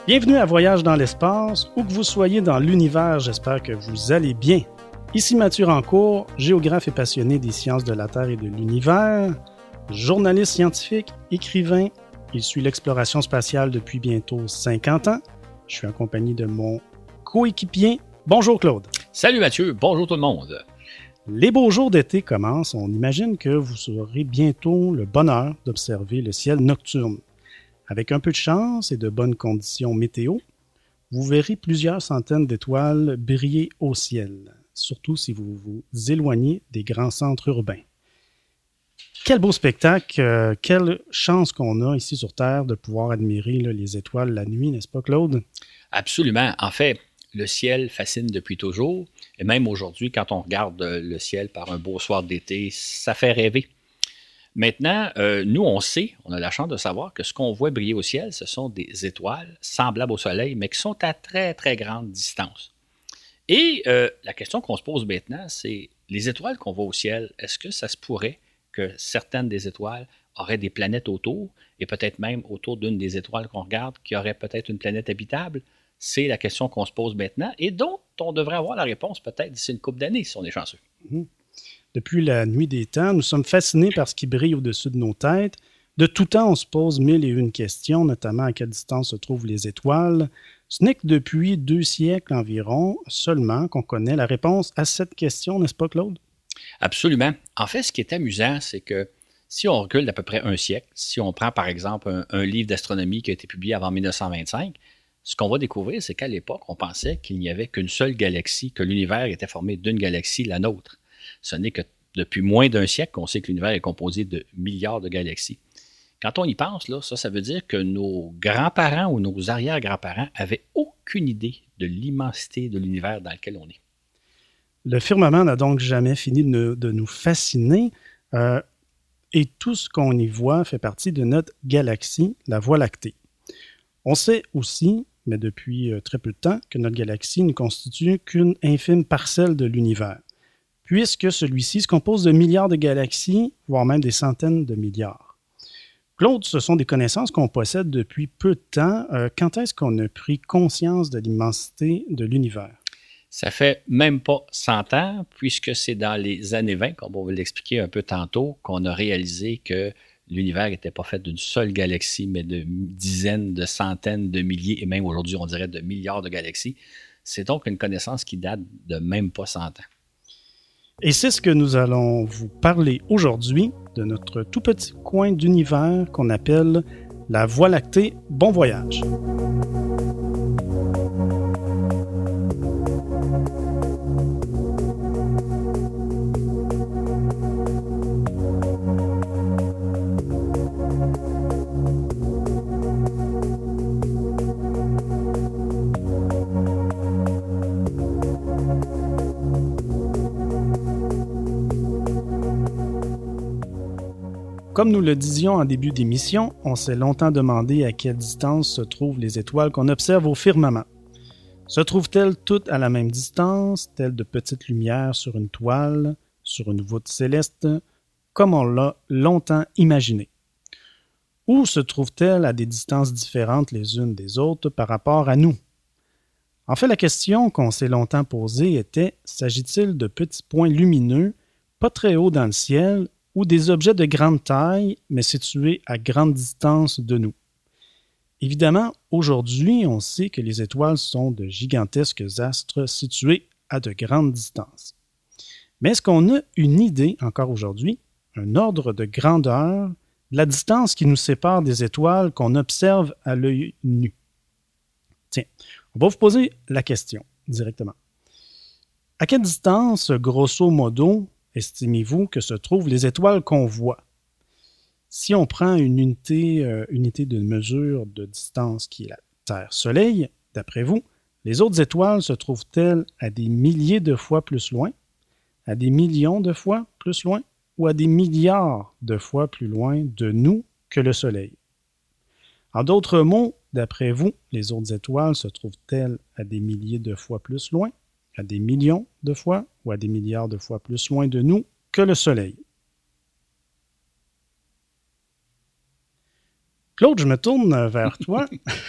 Bienvenue à Voyage dans l'espace, où que vous soyez dans l'univers, j'espère que vous allez bien. Ici Mathieu Rancourt, géographe et passionné des sciences de la Terre et de l'univers, journaliste scientifique, écrivain. Il suit l'exploration spatiale depuis bientôt 50 ans. Je suis en compagnie de mon coéquipier. Bonjour Claude. Salut Mathieu, bonjour tout le monde. Les beaux jours d'été commencent. On imagine que vous aurez bientôt le bonheur d'observer le ciel nocturne. Avec un peu de chance et de bonnes conditions météo, vous verrez plusieurs centaines d'étoiles briller au ciel, surtout si vous vous éloignez des grands centres urbains. Quel beau spectacle, quelle chance qu'on a ici sur Terre de pouvoir admirer les étoiles la nuit, n'est-ce pas Claude? Absolument. En fait, le ciel fascine depuis toujours, et même aujourd'hui, quand on regarde le ciel par un beau soir d'été, ça fait rêver. Maintenant, nous, on sait, on a la chance de savoir que ce qu'on voit briller au ciel, ce sont des étoiles semblables au Soleil, mais qui sont à très, très grande distance. Et la question qu'on se pose maintenant, c'est les étoiles qu'on voit au ciel, est-ce que ça se pourrait que certaines des étoiles auraient des planètes autour, et peut-être même autour d'une des étoiles qu'on regarde, qui aurait peut-être une planète habitable? C'est la question qu'on se pose maintenant, et dont on devrait avoir la réponse peut-être d'ici une couple d'années, si on est chanceux. Depuis la nuit des temps, nous sommes fascinés par ce qui brille au-dessus de nos têtes. De tout temps, on se pose mille et une questions, notamment à quelle distance se trouvent les étoiles. Ce n'est que depuis 2 siècles environ seulement qu'on connaît la réponse à cette question, n'est-ce pas Claude? Absolument. En fait, ce qui est amusant, c'est que si on recule d'à peu près un siècle, si on prend par exemple un livre d'astronomie qui a été publié avant 1925, ce qu'on va découvrir, c'est qu'à l'époque, on pensait qu'il n'y avait qu'une seule galaxie, que l'univers était formé d'une galaxie, la nôtre. Ce n'est que depuis moins d'un siècle qu'on sait que l'univers est composé de milliards de galaxies. Quand on y pense, là, ça veut dire que nos grands-parents ou nos arrière-grands-parents n'avaient aucune idée de l'immensité de l'univers dans lequel on est. Le firmament n'a donc jamais fini de nous fasciner et tout ce qu'on y voit fait partie de notre galaxie, la Voie lactée. On sait aussi, mais depuis très peu de temps, que notre galaxie ne constitue qu'une infime parcelle de l'univers, puisque celui-ci se compose de milliards de galaxies, voire même des centaines de milliards. Claude, ce sont des connaissances qu'on possède depuis peu de temps. Quand est-ce qu'on a pris conscience de l'immensité de l'univers? Ça fait même pas 100 ans, puisque c'est dans les années 20, comme on va l'expliquer un peu tantôt, qu'on a réalisé que l'univers n'était pas fait d'une seule galaxie, mais de dizaines, de centaines, de milliers, et même aujourd'hui, on dirait de milliards de galaxies. C'est donc une connaissance qui date de même pas 100 ans. Et c'est ce que nous allons vous parler aujourd'hui de notre tout petit coin d'univers qu'on appelle la Voie lactée. Bon voyage! Comme nous le disions en début d'émission, on s'est longtemps demandé à quelle distance se trouvent les étoiles qu'on observe au firmament. Se trouvent-elles toutes à la même distance, telles de petites lumières sur une toile, sur une voûte céleste, comme on l'a longtemps imaginé? Ou se trouvent-elles à des distances différentes les unes des autres par rapport à nous? En fait, la question qu'on s'est longtemps posée était, s'agit-il de petits points lumineux, pas très hauts dans le ciel, ou des objets de grande taille, mais situés à grande distance de nous? Évidemment, aujourd'hui, on sait que les étoiles sont de gigantesques astres situés à de grandes distances. Mais est-ce qu'on a une idée, encore aujourd'hui, un ordre de grandeur de la distance qui nous sépare des étoiles qu'on observe à l'œil nu? Tiens, on va vous poser la question directement. À quelle distance, grosso modo, estimez-vous que se trouvent les étoiles qu'on voit? Si on prend une unité de mesure de distance qui est la Terre-Soleil, d'après vous, les autres étoiles se trouvent-elles à des milliers de fois plus loin, à des millions de fois plus loin, ou à des milliards de fois plus loin de nous que le Soleil? En d'autres mots, d'après vous, les autres étoiles se trouvent-elles à des milliers de fois plus loin, à des millions de fois ou à des milliards de fois plus loin de nous que le Soleil? Claude, je me tourne vers toi.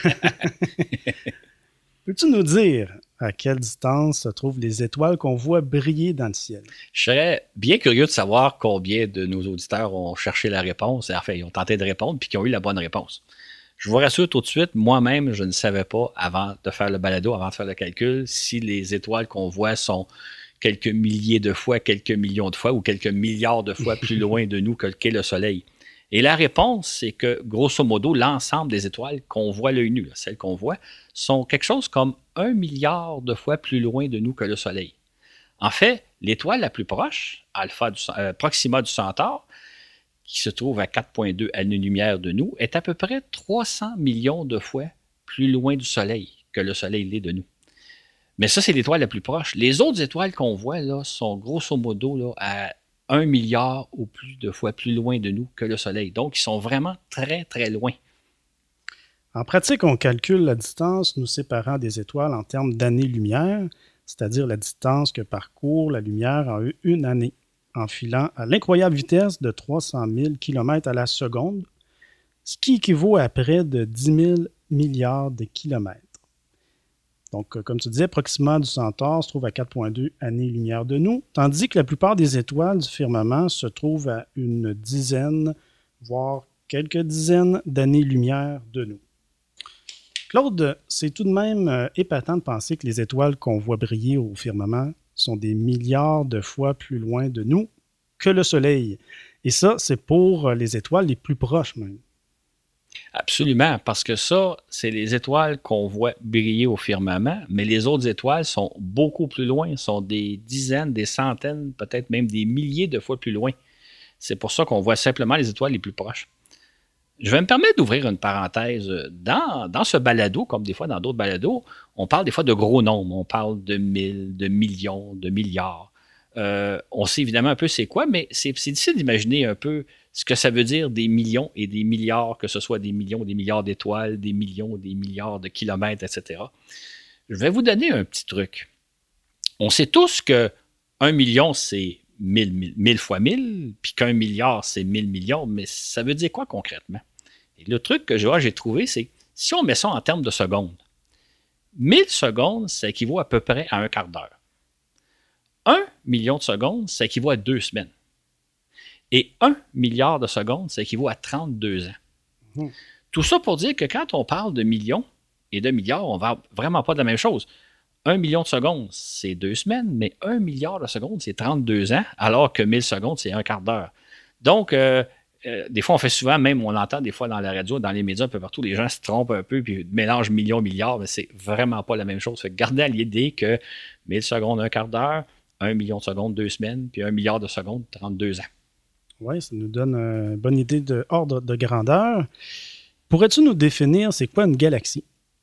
Peux-tu nous dire à quelle distance se trouvent les étoiles qu'on voit briller dans le ciel? Je serais bien curieux de savoir combien de nos auditeurs ont cherché la réponse, enfin, ils ont tenté de répondre puis qui ont eu la bonne réponse. Je vous rassure tout de suite, moi-même, je ne savais pas avant de faire le balado, avant de faire le calcul, si les étoiles qu'on voit sont quelques milliers de fois, quelques millions de fois ou quelques milliards de fois plus loin de nous qu'est le Soleil. Et la réponse, c'est que, grosso modo, l'ensemble des étoiles qu'on voit à l'œil nu, celles qu'on voit, sont quelque chose comme 1 milliard de fois plus loin de nous que le Soleil. En fait, l'étoile la plus proche, Proxima du Centaure, qui se trouve à 4,2 années-lumière de nous, est à peu près 300 millions de fois plus loin du Soleil que le Soleil l'est de nous. Mais ça, c'est l'étoile la plus proche. Les autres étoiles qu'on voit là, sont grosso modo là, à 1 milliard ou plus de fois plus loin de nous que le Soleil. Donc, ils sont vraiment très, très loin. En pratique, on calcule la distance nous séparant des étoiles en termes d'années-lumière, c'est-à-dire la distance que parcourt la lumière en une année, en filant à l'incroyable vitesse de 300 000 km à la seconde, ce qui équivaut à près de 10 000 milliards de kilomètres. Donc, comme tu disais, Proxima du Centaure se trouve à 4,2 années-lumière de nous, tandis que la plupart des étoiles du firmament se trouvent à une dizaine, voire quelques dizaines d'années-lumière de nous. Claude, c'est tout de même épatant de penser que les étoiles qu'on voit briller au firmament sont des milliards de fois plus loin de nous que le Soleil. Et ça, c'est pour les étoiles les plus proches même. Absolument, parce que ça, c'est les étoiles qu'on voit briller au firmament, mais les autres étoiles sont beaucoup plus loin, sont des dizaines, des centaines, peut-être même des milliers de fois plus loin. C'est pour ça qu'on voit simplement les étoiles les plus proches. Je vais me permettre d'ouvrir une parenthèse. Dans ce balado, comme des fois dans d'autres balados, on parle des fois de gros nombres. On parle de 1000, de millions, de milliards. On sait évidemment un peu c'est quoi, mais c'est difficile d'imaginer un peu ce que ça veut dire des millions et des milliards, que ce soit des millions, des milliards d'étoiles, des millions, des milliards de kilomètres, etc. Je vais vous donner un petit truc. On sait tous que 1 million, c'est 1000 fois 1000, puis qu'un milliard, c'est 1000 millions, mais ça veut dire quoi concrètement? Et le truc que j'ai trouvé, c'est si on met ça en termes de secondes, 1000 secondes, ça équivaut à peu près à un quart d'heure. 1 million de secondes, ça équivaut à 2 semaines. Et 1 milliard de secondes, ça équivaut à 32 ans. Mmh. Tout ça pour dire que quand on parle de millions et de milliards, on ne va vraiment pas de la même chose. 1 million de secondes, c'est 2 semaines, mais 1 milliard de secondes, c'est 32 ans, alors que 1000 secondes, c'est un quart d'heure. Donc, des fois, on fait souvent, même on l'entend des fois dans la radio, dans les médias, un peu partout, les gens se trompent un peu puis mélangent millions, milliards, mais c'est vraiment pas la même chose. Fait que gardez à l'idée que 1000 secondes, un quart d'heure, 1 million de secondes, 2 semaines, puis 1 milliard de secondes, 32 ans. Oui, ça nous donne une bonne idée de ordre de grandeur. Pourrais-tu nous définir c'est quoi une galaxie?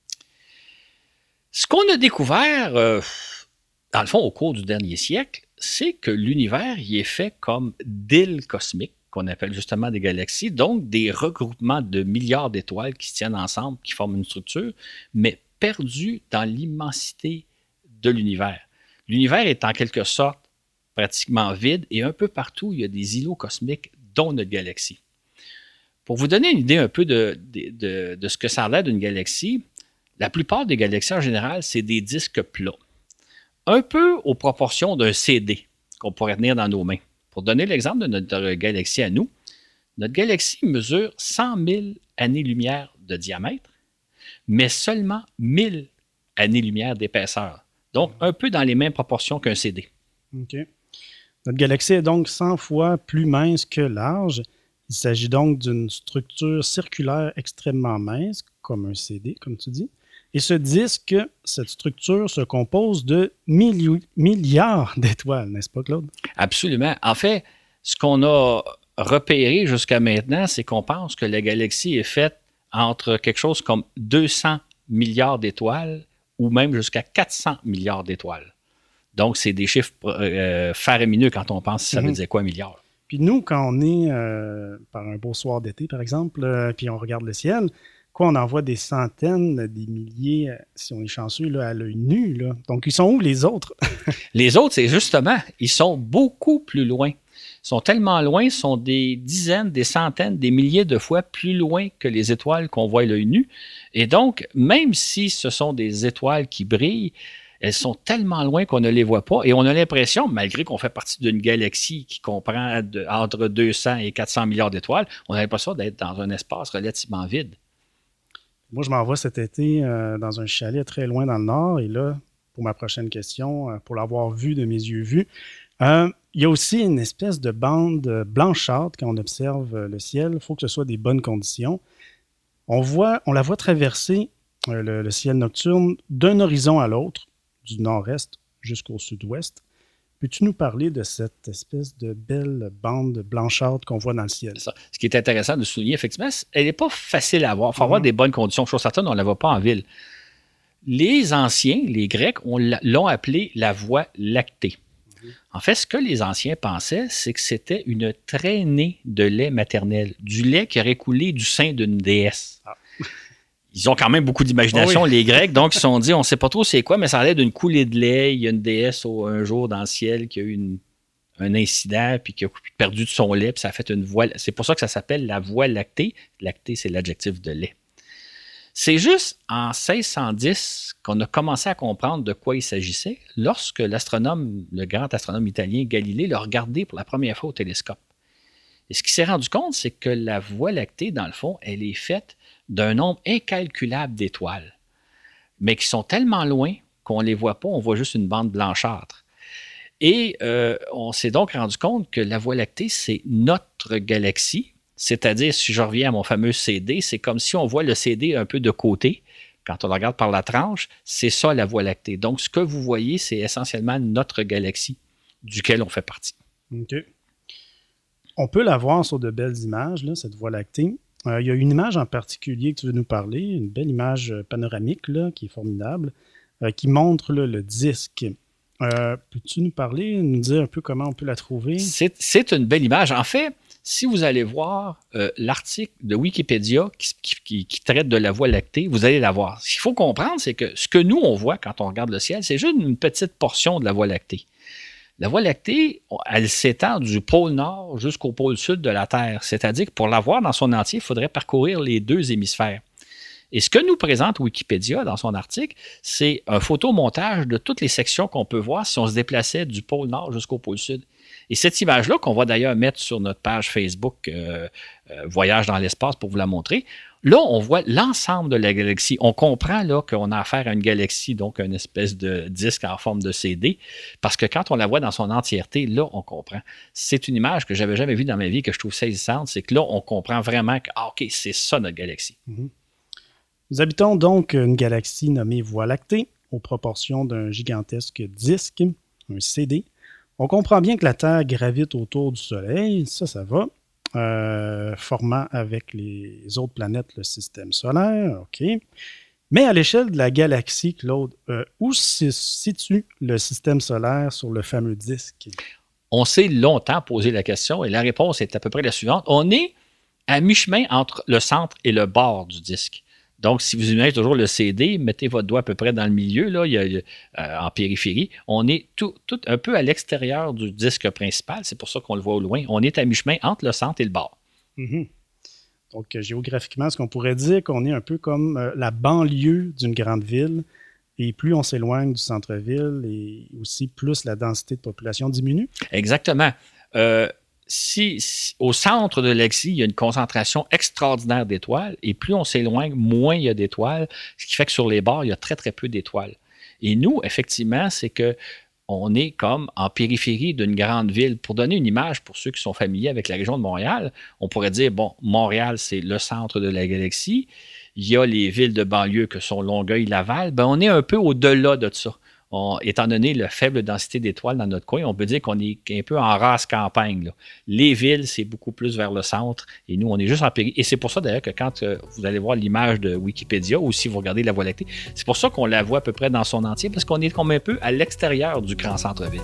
Ce qu'on a découvert, dans le fond, au cours du dernier siècle, c'est que l'univers y est fait comme d'îles cosmiques, qu'on appelle justement des galaxies, donc des regroupements de milliards d'étoiles qui se tiennent ensemble, qui forment une structure, mais perdues dans l'immensité de l'univers. L'univers est en quelque sorte pratiquement vide et un peu partout, il y a des îlots cosmiques, dont notre galaxie. Pour vous donner une idée un peu de ce que ça a l'air d'une galaxie, la plupart des galaxies en général, c'est des disques plats. Un peu aux proportions d'un CD qu'on pourrait tenir dans nos mains. Pour donner l'exemple de notre galaxie à nous, notre galaxie mesure 100 000 années-lumière de diamètre, mais seulement 1000 années-lumière d'épaisseur. Donc, un peu dans les mêmes proportions qu'un CD. OK. Notre galaxie est donc 100 fois plus mince que large. Il s'agit donc d'une structure circulaire extrêmement mince, comme un CD, comme tu dis. Et ce disque, cette structure se compose de milliards d'étoiles, n'est-ce pas, Claude? Absolument. En fait, ce qu'on a repéré jusqu'à maintenant, c'est qu'on pense que la galaxie est faite entre quelque chose comme 200 milliards d'étoiles ou même jusqu'à 400 milliards d'étoiles. Donc, c'est des chiffres faramineux quand on pense ça veut dire quoi, milliard. Puis nous, quand on est par un beau soir d'été, par exemple, puis on regarde le ciel, on en voit des centaines, des milliers, si on est chanceux, là, à l'œil nu. Là. Donc, ils sont où les autres? Les autres, c'est justement, ils sont beaucoup plus loin. sont tellement loin, sont des dizaines, des centaines, des milliers de fois plus loin que les étoiles qu'on voit à l'œil nu. Et donc, même si ce sont des étoiles qui brillent, elles sont tellement loin qu'on ne les voit pas. Et on a l'impression, malgré qu'on fait partie d'une galaxie qui comprend entre 200 et 400 milliards d'étoiles, on a l'impression d'être dans un espace relativement vide. Moi, je m'en vais cet été dans un chalet très loin dans le nord. Et là, pour ma prochaine question, pour l'avoir vu de mes yeux vus, il y a aussi une espèce de bande blanchâtre quand on observe le ciel. Il faut que ce soit des bonnes conditions. On la voit traverser le ciel nocturne d'un horizon à l'autre, du nord-est jusqu'au sud-ouest. Peux-tu nous parler de cette espèce de belle bande blanchâtre qu'on voit dans le ciel? Ça. Ce qui est intéressant de souligner, effectivement, elle n'est pas facile à voir. Il faut avoir des bonnes conditions. Chose certaine, on ne la voit pas en ville. Les anciens, les Grecs, l'ont appelée la Voie lactée. En fait, ce que les anciens pensaient, c'est que c'était une traînée de lait maternel, du lait qui aurait coulé du sein d'une déesse. Ah. Ils ont quand même beaucoup d'imagination, les Grecs, donc ils se sont dit, on ne sait pas trop c'est quoi, mais ça a l'air d'une coulée de lait. Il y a une déesse un jour dans le ciel qui a eu un incident, puis qui a perdu de son lait, puis ça a fait une voie. C'est pour ça que ça s'appelle la Voie lactée. Lactée, c'est l'adjectif de lait. C'est juste en 1610 qu'on a commencé à comprendre de quoi il s'agissait lorsque le grand astronome italien Galilée l'a regardé pour la première fois au télescope. Et ce qu'il s'est rendu compte, c'est que la Voie lactée, dans le fond, elle est faite d'un nombre incalculable d'étoiles, mais qui sont tellement loin qu'on ne les voit pas, on voit juste une bande blanchâtre. Et on s'est donc rendu compte que la Voie lactée, c'est notre galaxie. C'est-à-dire, si je reviens à mon fameux CD, c'est comme si on voit le CD un peu de côté. Quand on le regarde par la tranche, c'est ça la Voie lactée. Donc, ce que vous voyez, c'est essentiellement notre galaxie duquel on fait partie. OK. On peut la voir sur de belles images, là, cette Voie lactée. Il y a une image en particulier que tu veux nous parler, une belle image panoramique là, qui est formidable, qui montre là, le disque. Peux-tu nous parler, nous dire un peu comment on peut la trouver? C'est une belle image. En fait, si vous allez voir l'article de Wikipédia qui traite de la Voie lactée, vous allez la voir. Ce qu'il faut comprendre, c'est que ce que nous, on voit quand on regarde le ciel, c'est juste une petite portion de la Voie lactée. La Voie lactée, elle s'étend du pôle nord jusqu'au pôle sud de la Terre. C'est-à-dire que pour la voir dans son entier, il faudrait parcourir les deux hémisphères. Et ce que nous présente Wikipédia dans son article, c'est un photomontage de toutes les sections qu'on peut voir si on se déplaçait du pôle nord jusqu'au pôle sud. Et cette image-là, qu'on va d'ailleurs mettre sur notre page Facebook Voyage dans l'espace pour vous la montrer, là, on voit l'ensemble de la galaxie. On comprend là qu'on a affaire à une galaxie, donc une espèce de disque en forme de CD, parce que quand on la voit dans son entièreté, là, on comprend. C'est une image que je n'avais jamais vue dans ma vie, que je trouve saisissante, c'est que là, on comprend vraiment que, OK, c'est ça notre galaxie. Mm-hmm. Nous habitons donc une galaxie nommée Voie lactée, aux proportions d'un gigantesque disque, un CD. On comprend bien que la Terre gravite autour du Soleil, ça va, formant avec les autres planètes le système solaire, OK. Mais à l'échelle de la galaxie, Claude, où se situe le système solaire sur le fameux disque? On s'est longtemps posé la question et la réponse est à peu près la suivante. On est à mi-chemin entre le centre et le bord du disque. Donc, si vous imaginez toujours le CD, mettez votre doigt à peu près dans le milieu, là, en périphérie. On est tout un peu à l'extérieur du disque principal. C'est pour ça qu'on le voit au loin. On est à mi-chemin entre le centre et le bord. Mm-hmm. Donc, géographiquement, ce qu'on pourrait dire qu'on est un peu comme la banlieue d'une grande ville. Et plus on s'éloigne du centre-ville, et aussi plus la densité de population diminue. Exactement. Si au centre de l'exi, il y a une concentration extraordinaire d'étoiles, et plus on s'éloigne, moins il y a d'étoiles, ce qui fait que sur les bords, il y a très, très peu d'étoiles. Et nous, effectivement, c'est que on est comme en périphérie d'une grande ville. Pour donner une image pour ceux qui sont familiers avec la région de Montréal, on pourrait dire, bon, Montréal, c'est le centre de la galaxie. Il y a les villes de banlieue que sont Longueuil, Laval. Ben, on est un peu au-delà de ça. Étant donné la faible densité d'étoiles dans notre coin, on peut dire qu'on est un peu en race campagne, là. Les villes, c'est beaucoup plus vers le centre et nous, on est juste en périphérie. Et c'est pour ça d'ailleurs que quand vous allez voir l'image de Wikipédia ou si vous regardez la Voie lactée, c'est pour ça qu'on la voit à peu près dans son entier parce qu'on est comme un peu à l'extérieur du grand centre-ville.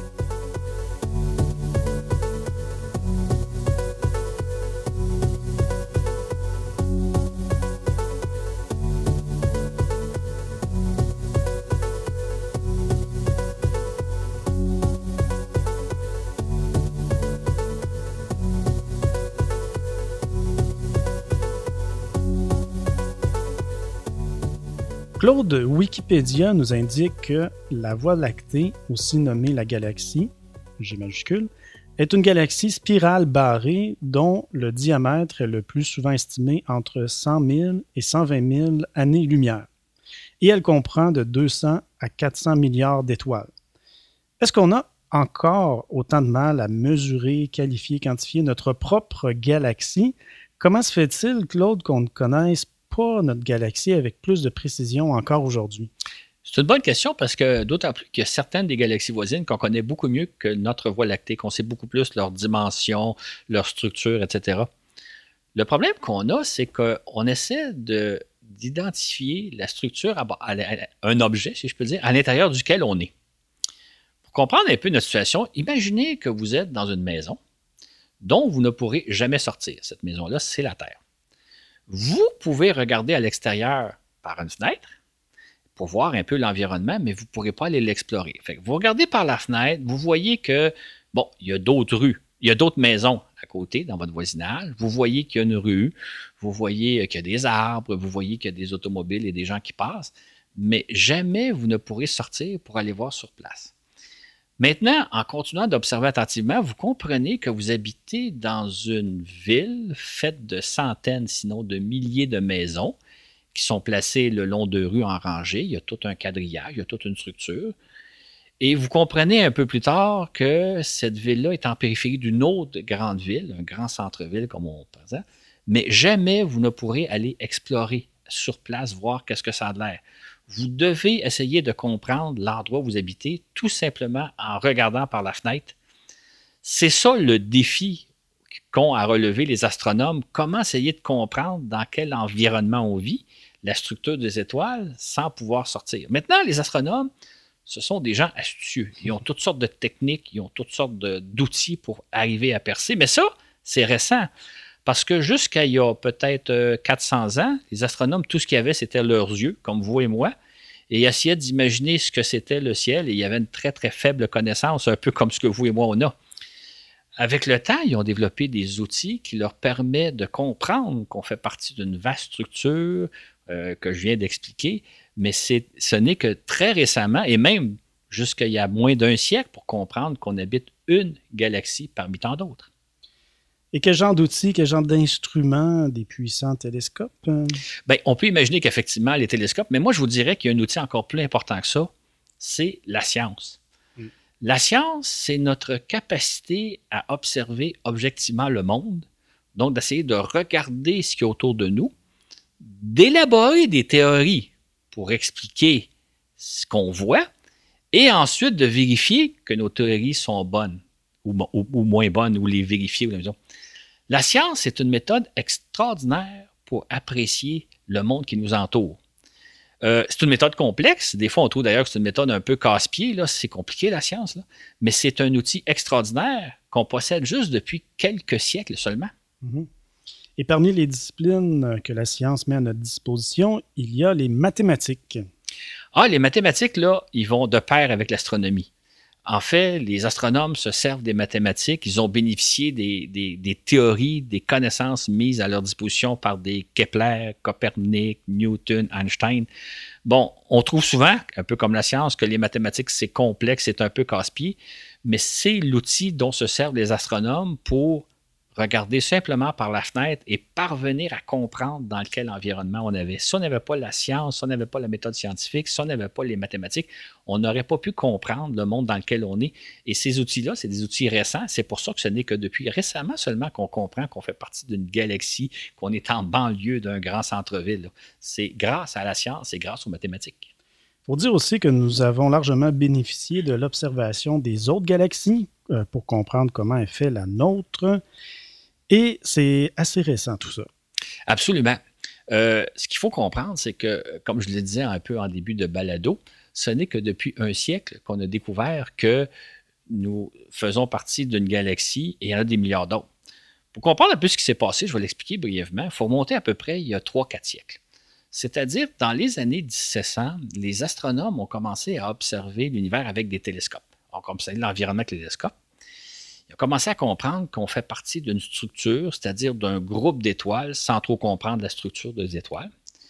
Claude, Wikipédia nous indique que la Voie lactée, aussi nommée la galaxie, G majuscule, est une galaxie spirale barrée dont le diamètre est le plus souvent estimé entre 100 000 et 120 000 années-lumière. Et elle comprend de 200 à 400 milliards d'étoiles. Est-ce qu'on a encore autant de mal à mesurer, qualifier, quantifier notre propre galaxie? Comment se fait-il, Claude, qu'on ne connaisse pas notre galaxie avec plus de précision encore aujourd'hui? C'est une bonne question parce que d'autant plus qu'il y a certaines des galaxies voisines qu'on connaît beaucoup mieux que notre Voie lactée, qu'on sait beaucoup plus leur dimension, leur structure, etc. Le problème qu'on a, c'est qu'on essaie d'identifier la structure à un objet, si je peux dire, à l'intérieur duquel on est. Pour comprendre un peu notre situation, imaginez que vous êtes dans une maison dont vous ne pourrez jamais sortir. Cette maison-là, c'est la Terre. Vous pouvez regarder à l'extérieur par une fenêtre pour voir un peu l'environnement, mais vous ne pourrez pas aller l'explorer. Fait que vous regardez par la fenêtre, vous voyez que, il y a d'autres rues, il y a d'autres maisons à côté dans votre voisinage. Vous voyez qu'il y a une rue, vous voyez qu'il y a des arbres, vous voyez qu'il y a des automobiles et des gens qui passent, mais jamais vous ne pourrez sortir pour aller voir sur place. Maintenant, en continuant d'observer attentivement, vous comprenez que vous habitez dans une ville faite de centaines, sinon de milliers de maisons qui sont placées le long de rues en rangée. Il y a tout un quadrillage, il y a toute une structure. Et vous comprenez un peu plus tard que cette ville-là est en périphérie d'une autre grande ville, un grand centre-ville comme on présente, mais jamais vous ne pourrez aller explorer sur place, voir qu'est-ce que ça a de l'air. Vous devez essayer de comprendre l'endroit où vous habitez tout simplement en regardant par la fenêtre. C'est ça le défi qu'ont à relever les astronomes. Comment essayer de comprendre dans quel environnement on vit, la structure des étoiles, sans pouvoir sortir. Maintenant, les astronomes, ce sont des gens astucieux. Ils ont toutes sortes de techniques, ils ont toutes sortes d'outils pour arriver à percer. Mais ça, c'est récent. Parce que jusqu'à il y a peut-être 400 ans, les astronomes, tout ce qu'ils avaient, c'était leurs yeux, comme vous et moi, et ils essayaient d'imaginer ce que c'était le ciel, et il y avait une très, très faible connaissance, un peu comme ce que vous et moi, on a. Avec le temps, ils ont développé des outils qui leur permettent de comprendre qu'on fait partie d'une vaste structure que je viens d'expliquer, mais ce n'est que très récemment, et même jusqu'à il y a moins d'un siècle, pour comprendre qu'on habite une galaxie parmi tant d'autres. Et quel genre d'outils, quel genre d'instruments, des puissants télescopes? Bien, on peut imaginer qu'effectivement, les télescopes, mais moi, je vous dirais qu'il y a un outil encore plus important que ça, c'est la science. La science, c'est notre capacité à observer objectivement le monde, donc d'essayer de regarder ce qui est autour de nous, d'élaborer des théories pour expliquer ce qu'on voit, et ensuite de vérifier que nos théories sont bonnes ou moins bonnes, ou les vérifier. La science, c'est une méthode extraordinaire pour apprécier le monde qui nous entoure. C'est une méthode complexe. Des fois, on trouve d'ailleurs que c'est une méthode un peu casse-pied. Là. C'est compliqué, la science. Là. Mais c'est un outil extraordinaire qu'on possède juste depuis quelques siècles seulement. Mm-hmm. Et parmi les disciplines que la science met à notre disposition, il y a les mathématiques. Ah, les mathématiques, là, ils vont de pair avec l'astronomie. En fait, les astronomes se servent des mathématiques. Ils ont bénéficié des théories, des connaissances mises à leur disposition par des Kepler, Copernic, Newton, Einstein. Bon, on trouve souvent, un peu comme la science, que les mathématiques, c'est complexe, c'est un peu casse-pied, mais c'est l'outil dont se servent les astronomes pour regarder simplement par la fenêtre et parvenir à comprendre dans quel environnement on avait. Si on n'avait pas la science, si on n'avait pas la méthode scientifique, si on n'avait pas les mathématiques, on n'aurait pas pu comprendre le monde dans lequel on est. Et ces outils-là, c'est des outils récents. C'est pour ça que ce n'est que depuis récemment seulement qu'on comprend qu'on fait partie d'une galaxie, qu'on est en banlieue d'un grand centre-ville. C'est grâce à la science et grâce aux mathématiques. Il faut dire aussi que nous avons largement bénéficié de l'observation des autres galaxies pour comprendre comment est fait la nôtre. Et c'est assez récent, tout ça. Absolument. Ce qu'il faut comprendre, c'est que, comme je le disais un peu en début de balado, ce n'est que depuis un siècle qu'on a découvert que nous faisons partie d'une galaxie et il y en a des milliards d'autres. Pour comprendre un peu ce qui s'est passé, je vais l'expliquer brièvement, il faut remonter à peu près il y a 3-4 siècles. C'est-à-dire, dans les années 1700, les astronomes ont commencé à observer l'univers avec des télescopes. On a observé l'environnement avec les télescopes. Ils ont commencé à comprendre qu'on fait partie d'une structure, c'est-à-dire d'un groupe d'étoiles, sans trop comprendre la structure des étoiles.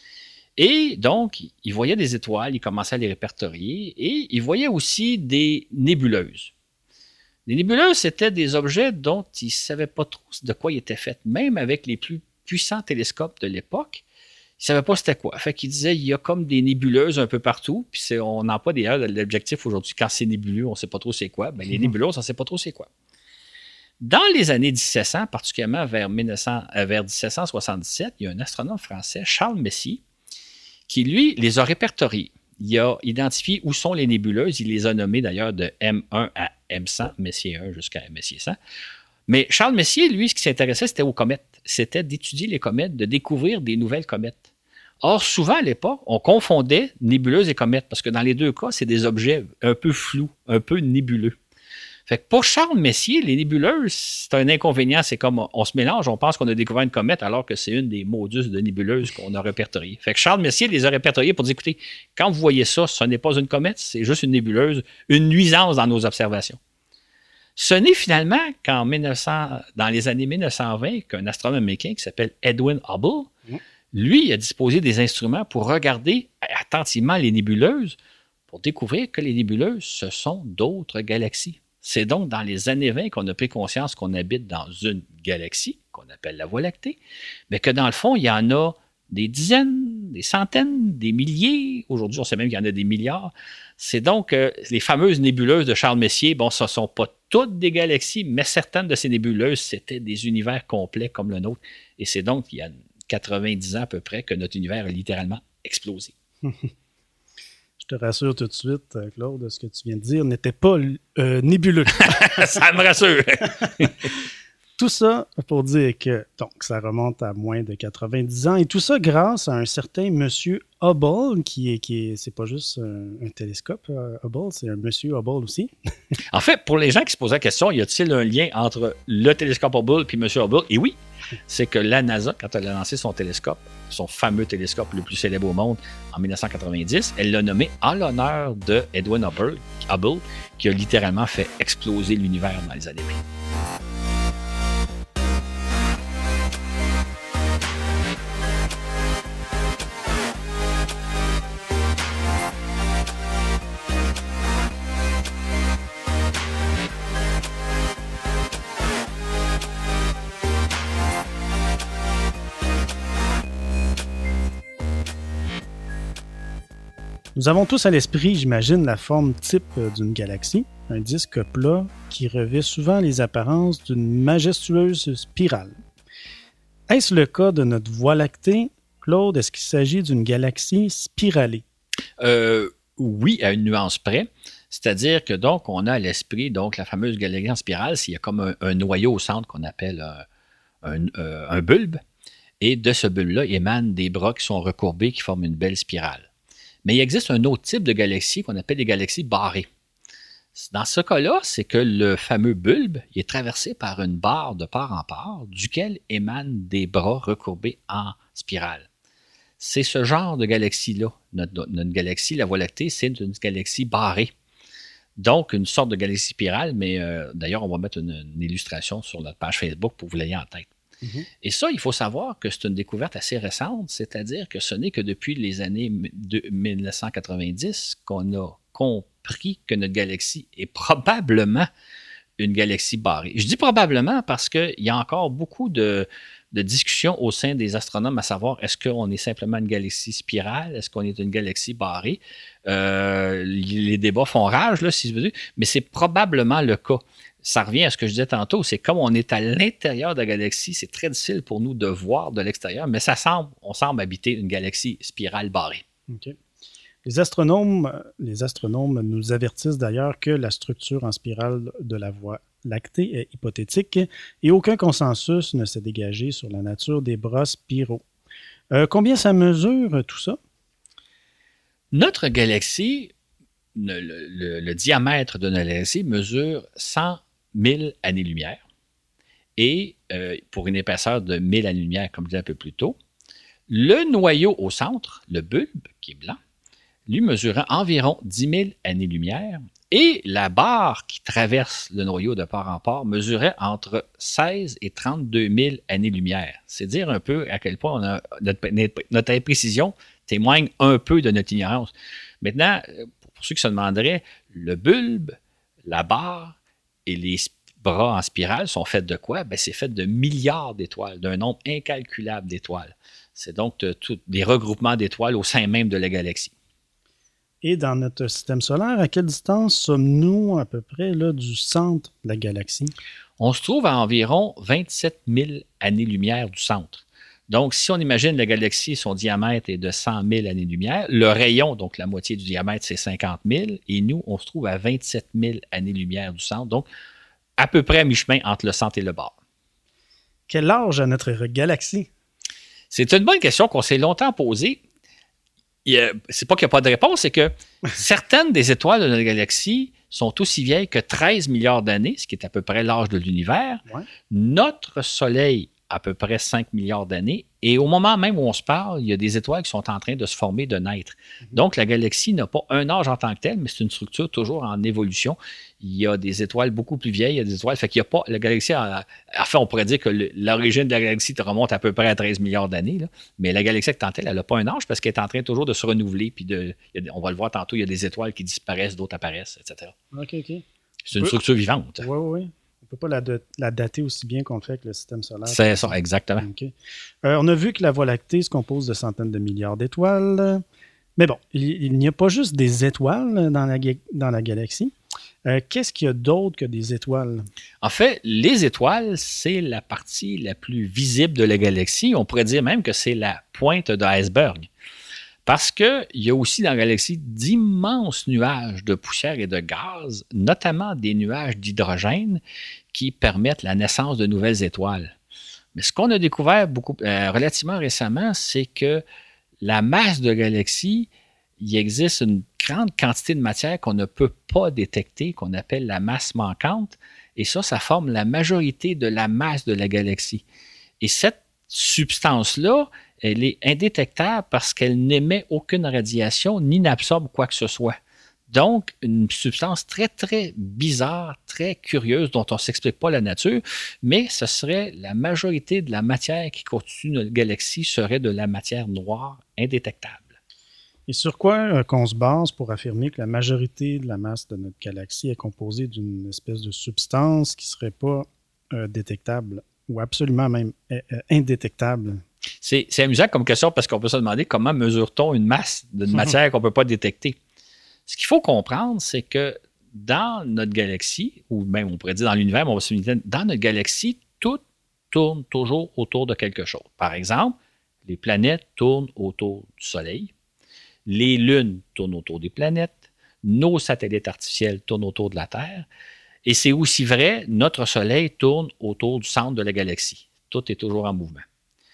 Et donc, il voyait des étoiles, il commençait à les répertorier, et il voyait aussi des nébuleuses. Les nébuleuses, c'était des objets dont il ne savait pas trop de quoi ils étaient faits, même avec les plus puissants télescopes de l'époque. Il ne savait pas c'était quoi. Fait qu'il disait, il y a comme des nébuleuses un peu partout, puis on emploie d'ailleurs l'objectif aujourd'hui, quand c'est nébuleux, on ne sait pas trop c'est quoi. Les nébuleuses, on ne sait pas trop c'est quoi. Dans les années 1700, particulièrement vers 1777, il y a un astronome français, Charles Messier, qui, lui, les a répertoriés. Il a identifié où sont les nébuleuses. Il les a nommées d'ailleurs de M1 à M100, Messier 1 jusqu'à Messier 100. Mais Charles Messier, lui, ce qui s'intéressait, c'était aux comètes. C'était d'étudier les comètes, de découvrir des nouvelles comètes. Or, souvent à l'époque, on confondait nébuleuses et comètes, parce que dans les deux cas, c'est des objets un peu flous, un peu nébuleux. Fait que pour Charles Messier, les nébuleuses, c'est un inconvénient. C'est comme on se mélange, on pense qu'on a découvert une comète alors que c'est une des modus de nébuleuses qu'on a répertoriées. Fait que Charles Messier les a répertoriées pour dire, écoutez, quand vous voyez ça, ce n'est pas une comète, c'est juste une nébuleuse, une nuisance dans nos observations. Ce n'est finalement dans les années 1920 qu'un astronome américain qui s'appelle Edwin Hubble, lui, a disposé des instruments pour regarder attentivement les nébuleuses pour découvrir que les nébuleuses, ce sont d'autres galaxies. C'est donc dans les années 20 qu'on a pris conscience qu'on habite dans une galaxie, qu'on appelle la Voie lactée, mais que dans le fond, il y en a des dizaines, des centaines, des milliers. Aujourd'hui, on sait même qu'il y en a des milliards. C'est donc les fameuses nébuleuses de Charles Messier. Bon, ce ne sont pas toutes des galaxies, mais certaines de ces nébuleuses, c'était des univers complets comme le nôtre. Et c'est donc il y a 90 ans à peu près que notre univers a littéralement explosé. Je te rassure tout de suite, Claude, ce que tu viens de dire n'était pas nébuleux. Ça me rassure. Tout ça pour dire que donc ça remonte à moins de 90 ans et tout ça grâce à un certain monsieur Hubble c'est pas juste un télescope Hubble, c'est un monsieur Hubble aussi. En fait, pour les gens qui se posent la question, y a-t-il un lien entre le télescope Hubble et monsieur Hubble? Et oui, c'est que la NASA, quand elle a lancé son télescope, son fameux télescope le plus célèbre au monde en 1990, elle l'a nommé en l'honneur de Edwin Hubble, qui a littéralement fait exploser l'univers dans les années 20. Nous avons tous à l'esprit, j'imagine, la forme type d'une galaxie, un disque plat qui revêt souvent les apparences d'une majestueuse spirale. Est-ce le cas de notre Voie lactée? Claude, est-ce qu'il s'agit d'une galaxie spiralée? Oui, à une nuance près. C'est-à-dire que donc, on a à l'esprit donc la fameuse galaxie en spirale, s'il y a comme un noyau au centre qu'on appelle un bulbe, et de ce bulbe-là émanent des bras qui sont recourbés, qui forment une belle spirale. Mais il existe un autre type de galaxie qu'on appelle les galaxies barrées. Dans ce cas-là, c'est que le fameux bulbe il est traversé par une barre de part en part, duquel émanent des bras recourbés en spirale. C'est ce genre de galaxie-là. Notre galaxie, la Voie lactée, c'est une galaxie barrée. Donc, une sorte de galaxie spirale, mais d'ailleurs, on va mettre une illustration sur notre page Facebook pour que vous l'ayez en tête. Mm-hmm. Et ça, il faut savoir que c'est une découverte assez récente, c'est-à-dire que ce n'est que depuis les années 1990 qu'on a compris que notre galaxie est probablement une galaxie barrée. Je dis probablement parce qu'il y a encore beaucoup de discussions au sein des astronomes à savoir est-ce qu'on est simplement une galaxie spirale, est-ce qu'on est une galaxie barrée. Les débats font rage, là, si je veux dire, mais c'est probablement le cas. Ça revient à ce que je disais tantôt, c'est comme on est à l'intérieur de la galaxie, c'est très difficile pour nous de voir de l'extérieur, mais on semble habiter une galaxie spirale barrée. Okay. Les astronomes nous avertissent d'ailleurs que la structure en spirale de la Voie lactée est hypothétique et aucun consensus ne s'est dégagé sur la nature des bras spiraux. Combien ça mesure tout ça? Notre galaxie, le diamètre de notre galaxie mesure 100 000 années-lumière et pour une épaisseur de 1000 années-lumière, comme je disais un peu plus tôt. Le noyau au centre, le bulbe qui est blanc, lui mesurant environ 10 000 années-lumière et la barre qui traverse le noyau de part en part mesurait entre 16 et 32 000 années-lumière. C'est dire un peu à quel point on a notre imprécision témoigne un peu de notre ignorance. Maintenant, pour ceux qui se demanderaient, le bulbe, la barre et les bras en spirale sont faits de quoi? Ben, c'est fait de milliards d'étoiles, d'un nombre incalculable d'étoiles. C'est donc des regroupements d'étoiles au sein même de la galaxie. Et dans notre système solaire, à quelle distance sommes-nous à peu près là, du centre de la galaxie? On se trouve à environ 27 000 années-lumière du centre. Donc, si on imagine la galaxie, son diamètre est de 100 000 années-lumière, le rayon, donc la moitié du diamètre, c'est 50 000, et nous, on se trouve à 27 000 années-lumière du centre, donc à peu près à mi-chemin entre le centre et le bord. Quel âge a notre galaxie? C'est une bonne question qu'on s'est longtemps posée. C'est pas qu'il n'y a pas de réponse, c'est que certaines des étoiles de notre galaxie sont aussi vieilles que 13 milliards d'années, ce qui est à peu près l'âge de l'univers. Ouais. Notre Soleil à peu près 5 milliards d'années. Et au moment même où on se parle, il y a des étoiles qui sont en train de se former, de naître. Donc, la galaxie n'a pas un âge en tant que tel, mais c'est une structure toujours en évolution. Il y a des étoiles beaucoup plus vieilles, il y a des étoiles, fait qu'il n'y a pas, la galaxie, enfin, on pourrait dire que l'origine de la galaxie remonte à peu près à 13 milliards d'années, là, mais la galaxie, tant elle n'a pas un âge parce qu'elle est en train toujours de se renouveler, puis on va le voir tantôt, il y a des étoiles qui disparaissent, d'autres apparaissent, etc. OK. C'est une structure vivante. Oui. On ne peut pas la dater aussi bien qu'on le fait avec le système solaire. C'est ça, exactement. Okay. On a vu que la Voie lactée se compose de centaines de milliards d'étoiles. Mais bon, il n'y a pas juste des étoiles dans la galaxie. Qu'est-ce qu'il y a d'autre que des étoiles? En fait, les étoiles, c'est la partie la plus visible de la galaxie. On pourrait dire même que c'est la pointe de l'iceberg. Parce qu'il y a aussi dans la galaxie d'immenses nuages de poussière et de gaz, notamment des nuages d'hydrogène qui permettent la naissance de nouvelles étoiles. Mais ce qu'on a découvert relativement récemment, c'est que la masse de la galaxie, il existe une grande quantité de matière qu'on ne peut pas détecter, qu'on appelle la masse manquante, et ça forme la majorité de la masse de la galaxie. Et cette substance-là, elle est indétectable parce qu'elle n'émet aucune radiation ni n'absorbe quoi que ce soit. Donc, une substance très, très bizarre, très curieuse, dont on ne s'explique pas la nature, mais ce serait la majorité de la matière qui constitue notre galaxie serait de la matière noire indétectable. Et sur quoi qu'on se base pour affirmer que la majorité de la masse de notre galaxie est composée d'une espèce de substance qui ne serait pas détectable ou absolument même indétectable? C'est amusant comme question parce qu'on peut se demander comment mesure-t-on une masse d'une matière qu'on ne peut pas détecter. Ce qu'il faut comprendre, c'est que dans notre galaxie, ou même on pourrait dire dans l'univers, mais on va se limiter, dans notre galaxie, tout tourne toujours autour de quelque chose. Par exemple, les planètes tournent autour du Soleil, les lunes tournent autour des planètes, nos satellites artificiels tournent autour de la Terre, et c'est aussi vrai, notre Soleil tourne autour du centre de la galaxie. Tout est toujours en mouvement.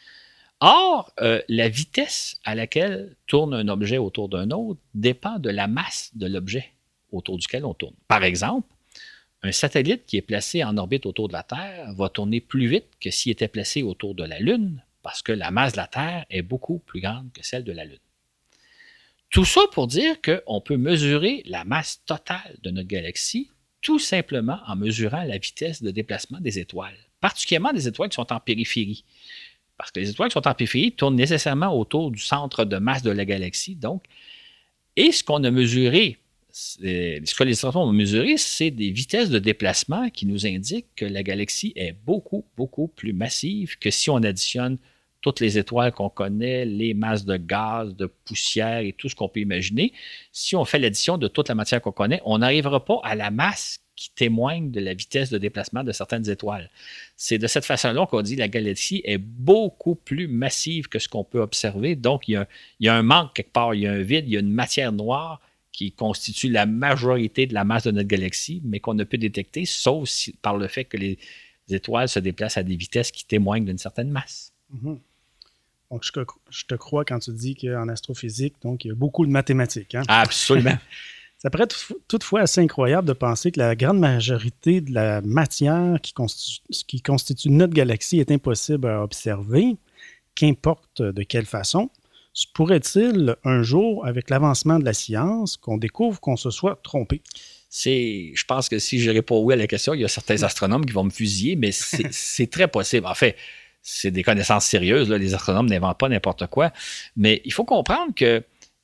Or, la vitesse à laquelle tourne un objet autour d'un autre dépend de la masse de l'objet autour duquel on tourne. Par exemple, un satellite qui est placé en orbite autour de la Terre va tourner plus vite que s'il était placé autour de la Lune parce que la masse de la Terre est beaucoup plus grande que celle de la Lune. Tout ça pour dire qu'on peut mesurer la masse totale de notre galaxie tout simplement en mesurant la vitesse de déplacement des étoiles, particulièrement des étoiles qui sont en périphérie. Parce que les étoiles qui sont en périphérie tournent nécessairement autour du centre de masse de la galaxie. Donc, et ce qu'on a mesuré, ce que les astronomes ont mesuré, c'est des vitesses de déplacement qui nous indiquent que la galaxie est beaucoup, beaucoup plus massive que si on additionne toutes les étoiles qu'on connaît, les masses de gaz, de poussière et tout ce qu'on peut imaginer. Si on fait l'addition de toute la matière qu'on connaît, on n'arrivera pas à la masse qui témoigne de la vitesse de déplacement de certaines étoiles. C'est de cette façon-là qu'on dit que la galaxie est beaucoup plus massive que ce qu'on peut observer. Donc, il y a un manque quelque part, il y a un vide, il y a une matière noire qui constitue la majorité de la masse de notre galaxie, mais qu'on ne peut détecter, sauf par le fait que les étoiles se déplacent à des vitesses qui témoignent d'une certaine masse. Mm-hmm. Donc, je te crois quand tu dis qu'en astrophysique, donc, il y a beaucoup de mathématiques. Hein? Absolument. Ça paraît toutefois assez incroyable de penser que la grande majorité de la matière qui constitue notre galaxie est impossible à observer, qu'importe de quelle façon. Se pourrait-il un jour, avec l'avancement de la science, qu'on découvre qu'on se soit trompé? Je pense que si je ne réponds oui à la question, il y a certains astronomes qui vont me fusiller, mais c'est très possible. En fait, c'est des connaissances sérieuses. Là. Les astronomes n'inventent pas n'importe quoi. Mais il faut comprendre que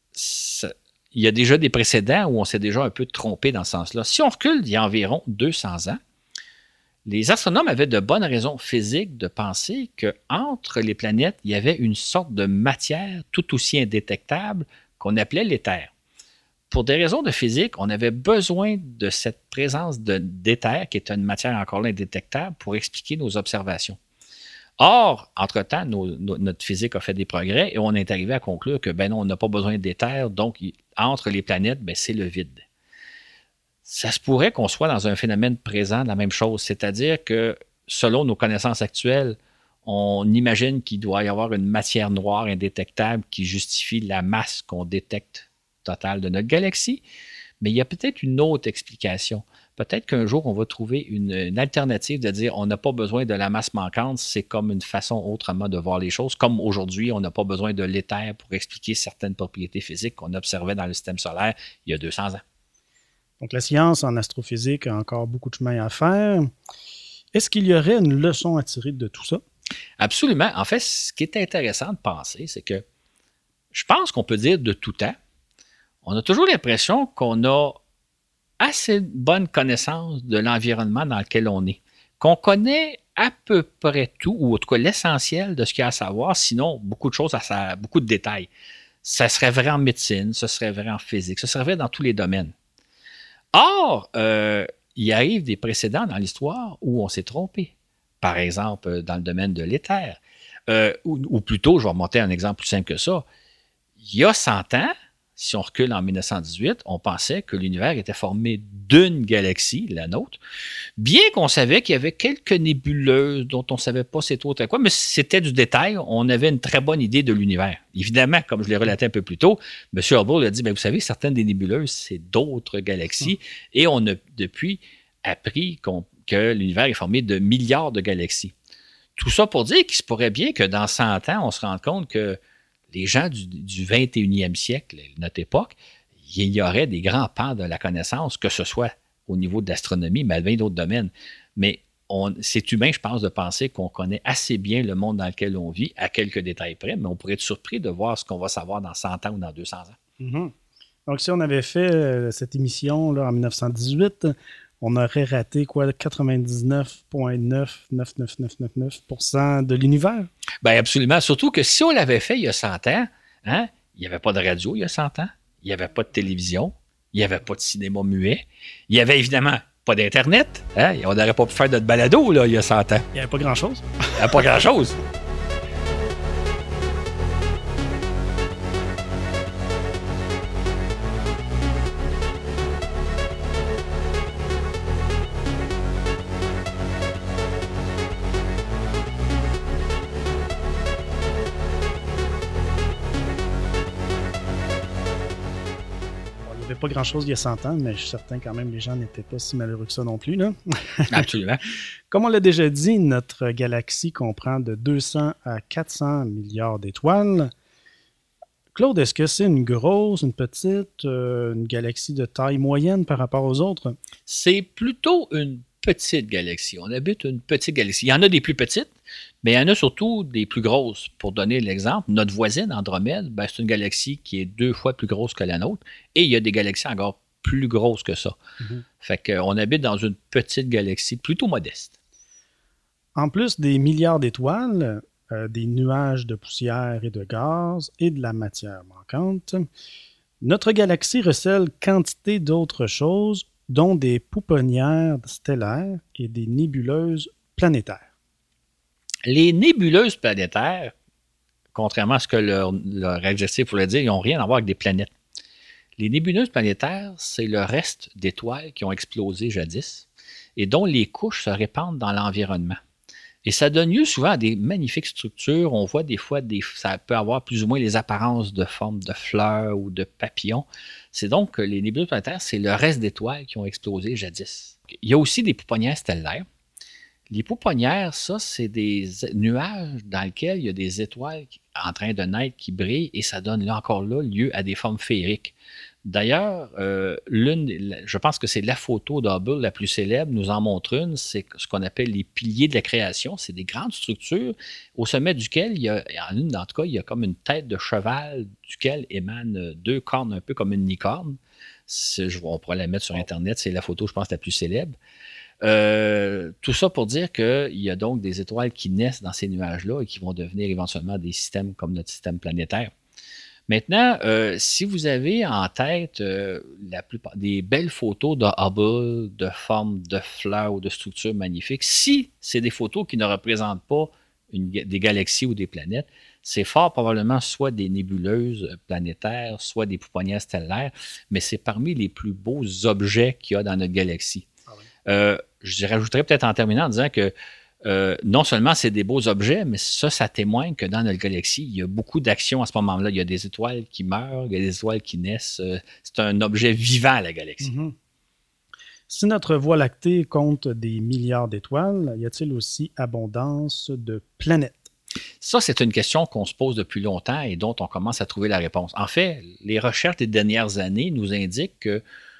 il y a déjà des précédents où on s'est déjà un peu trompé dans ce sens-là. Si on recule il y a environ 200 ans, les astronomes avaient de bonnes raisons physiques de penser qu'entre les planètes, il y avait une sorte de matière tout aussi indétectable qu'on appelait l'éther. Pour des raisons de physique, on avait besoin de cette présence d'éther, qui est une matière encore là indétectable, pour expliquer nos observations. Or, entre-temps, notre physique a fait des progrès et on est arrivé à conclure que, ben non, on n'a pas besoin d'éther, donc entre les planètes, ben, c'est le vide. Ça se pourrait qu'on soit dans un phénomène présent de la même chose, c'est-à-dire que, selon nos connaissances actuelles, on imagine qu'il doit y avoir une matière noire indétectable qui justifie la masse qu'on détecte totale de notre galaxie, mais il y a peut-être une autre explication. Peut-être qu'un jour, on va trouver une alternative de dire on n'a pas besoin de la masse manquante, c'est comme une façon autrement de voir les choses. Comme aujourd'hui, on n'a pas besoin de l'éther pour expliquer certaines propriétés physiques qu'on observait dans le système solaire il y a 200 ans. Donc la science en astrophysique a encore beaucoup de chemin à faire. Est-ce qu'il y aurait une leçon à tirer de tout ça? Absolument. En fait, ce qui est intéressant de penser, c'est que je pense qu'on peut dire de tout temps, on a toujours l'impression qu'on a assez bonne connaissance de l'environnement dans lequel on est, qu'on connaît à peu près tout, ou en tout cas l'essentiel de ce qu'il y a à savoir, sinon beaucoup de choses, beaucoup de détails. Ça serait vrai en médecine, ça serait vrai en physique, ça serait vrai dans tous les domaines. Or, il arrive des précédents dans l'histoire où on s'est trompé. Par exemple, dans le domaine de l'éther. Ou plutôt, je vais remonter à un exemple plus simple que ça. Il y a 100 ans, si on recule en 1918, on pensait que l'univers était formé d'une galaxie, la nôtre, bien qu'on savait qu'il y avait quelques nébuleuses dont on ne savait pas c'est trop quoi, mais c'était du détail, on avait une très bonne idée de l'univers. Évidemment, comme je l'ai relaté un peu plus tôt, M. Hubble a dit, vous savez, certaines des nébuleuses, c'est d'autres galaxies, et on a depuis appris que l'univers est formé de milliards de galaxies. Tout ça pour dire qu'il se pourrait bien que dans 100 ans, on se rende compte que les gens du 21e siècle, notre époque, il y aurait des grands pans de la connaissance, que ce soit au niveau de l'astronomie, mais à bien d'autres domaines. Mais c'est humain, je pense, de penser qu'on connaît assez bien le monde dans lequel on vit, à quelques détails près, mais on pourrait être surpris de voir ce qu'on va savoir dans 100 ans ou dans 200 ans. Mm-hmm. Donc, si on avait fait cette émission là, en 1918, on aurait raté quoi, 99,99999% de l'univers? Bien, absolument. Surtout que si on l'avait fait il y a 100 ans, il n'y avait pas de radio il y a 100 ans, il n'y avait pas de télévision, il n'y avait pas de cinéma muet, il n'y avait évidemment pas d'Internet. On n'aurait pas pu faire notre balado là, il y a 100 ans. Il n'y avait pas grand-chose. Il n'y avait pas grand-chose. Pas grand-chose il y a 100 ans, mais je suis certain quand même les gens n'étaient pas si malheureux que ça non plus. Là. Absolument. Comme on l'a déjà dit, notre galaxie comprend de 200 à 400 milliards d'étoiles. Claude, est-ce que c'est une grosse, une petite, une galaxie de taille moyenne par rapport aux autres? C'est plutôt une petite galaxie. On habite une petite galaxie. Il y en a des plus petites, mais il y en a surtout des plus grosses. Pour donner l'exemple, notre voisine Andromède, c'est une galaxie qui est 2 fois plus grosse que la nôtre, et il y a des galaxies encore plus grosses que ça. Mm-hmm. Fait qu'on habite dans une petite galaxie plutôt modeste. En plus des milliards d'étoiles, des nuages de poussière et de gaz et de la matière manquante, notre galaxie recèle quantité d'autres choses, dont des pouponnières stellaires et des nébuleuses planétaires. Les nébuleuses planétaires, contrairement à ce que leur adjectif voulait dire, ils n'ont rien à voir avec des planètes. Les nébuleuses planétaires, c'est le reste d'étoiles qui ont explosé jadis et dont les couches se répandent dans l'environnement. Et ça donne lieu souvent à des magnifiques structures. On voit des fois, ça peut avoir plus ou moins les apparences de formes de fleurs ou de papillons. C'est donc que les nébuleuses planétaires, c'est le reste d'étoiles qui ont explosé jadis. Il y a aussi des pouponnières stellaires. Les pouponnières, ça, c'est des nuages dans lesquels il y a des étoiles en train de naître qui brillent et ça donne là encore là lieu à des formes féeriques. D'ailleurs, je pense que c'est la photo d'Hubble la plus célèbre, nous en montre une, c'est ce qu'on appelle les piliers de la création. C'est des grandes structures au sommet duquel, en une d'entre cas, il y a comme une tête de cheval duquel émanent deux cornes, un peu comme une licorne. On pourrait la mettre sur Internet, c'est la photo, je pense, la plus célèbre. Tout ça pour dire qu'il y a donc des étoiles qui naissent dans ces nuages-là et qui vont devenir éventuellement des systèmes comme notre système planétaire. Maintenant, si vous avez en tête la plupart des belles photos de Hubble, de formes de fleurs ou de structures magnifiques, si c'est des photos qui ne représentent pas des galaxies ou des planètes, c'est fort probablement soit des nébuleuses planétaires, soit des pouponnières stellaires, mais c'est parmi les plus beaux objets qu'il y a dans notre galaxie. Je rajouterais peut-être en terminant en disant que non seulement c'est des beaux objets, mais ça témoigne que dans notre galaxie, il y a beaucoup d'actions à ce moment-là. Il y a des étoiles qui meurent, il y a des étoiles qui naissent. C'est un objet vivant, la galaxie. Mm-hmm. Si notre Voie lactée compte des milliards d'étoiles, y a-t-il aussi abondance de planètes? Ça, c'est une question qu'on se pose depuis longtemps et dont on commence à trouver la réponse. En fait, les recherches des dernières années nous indiquent que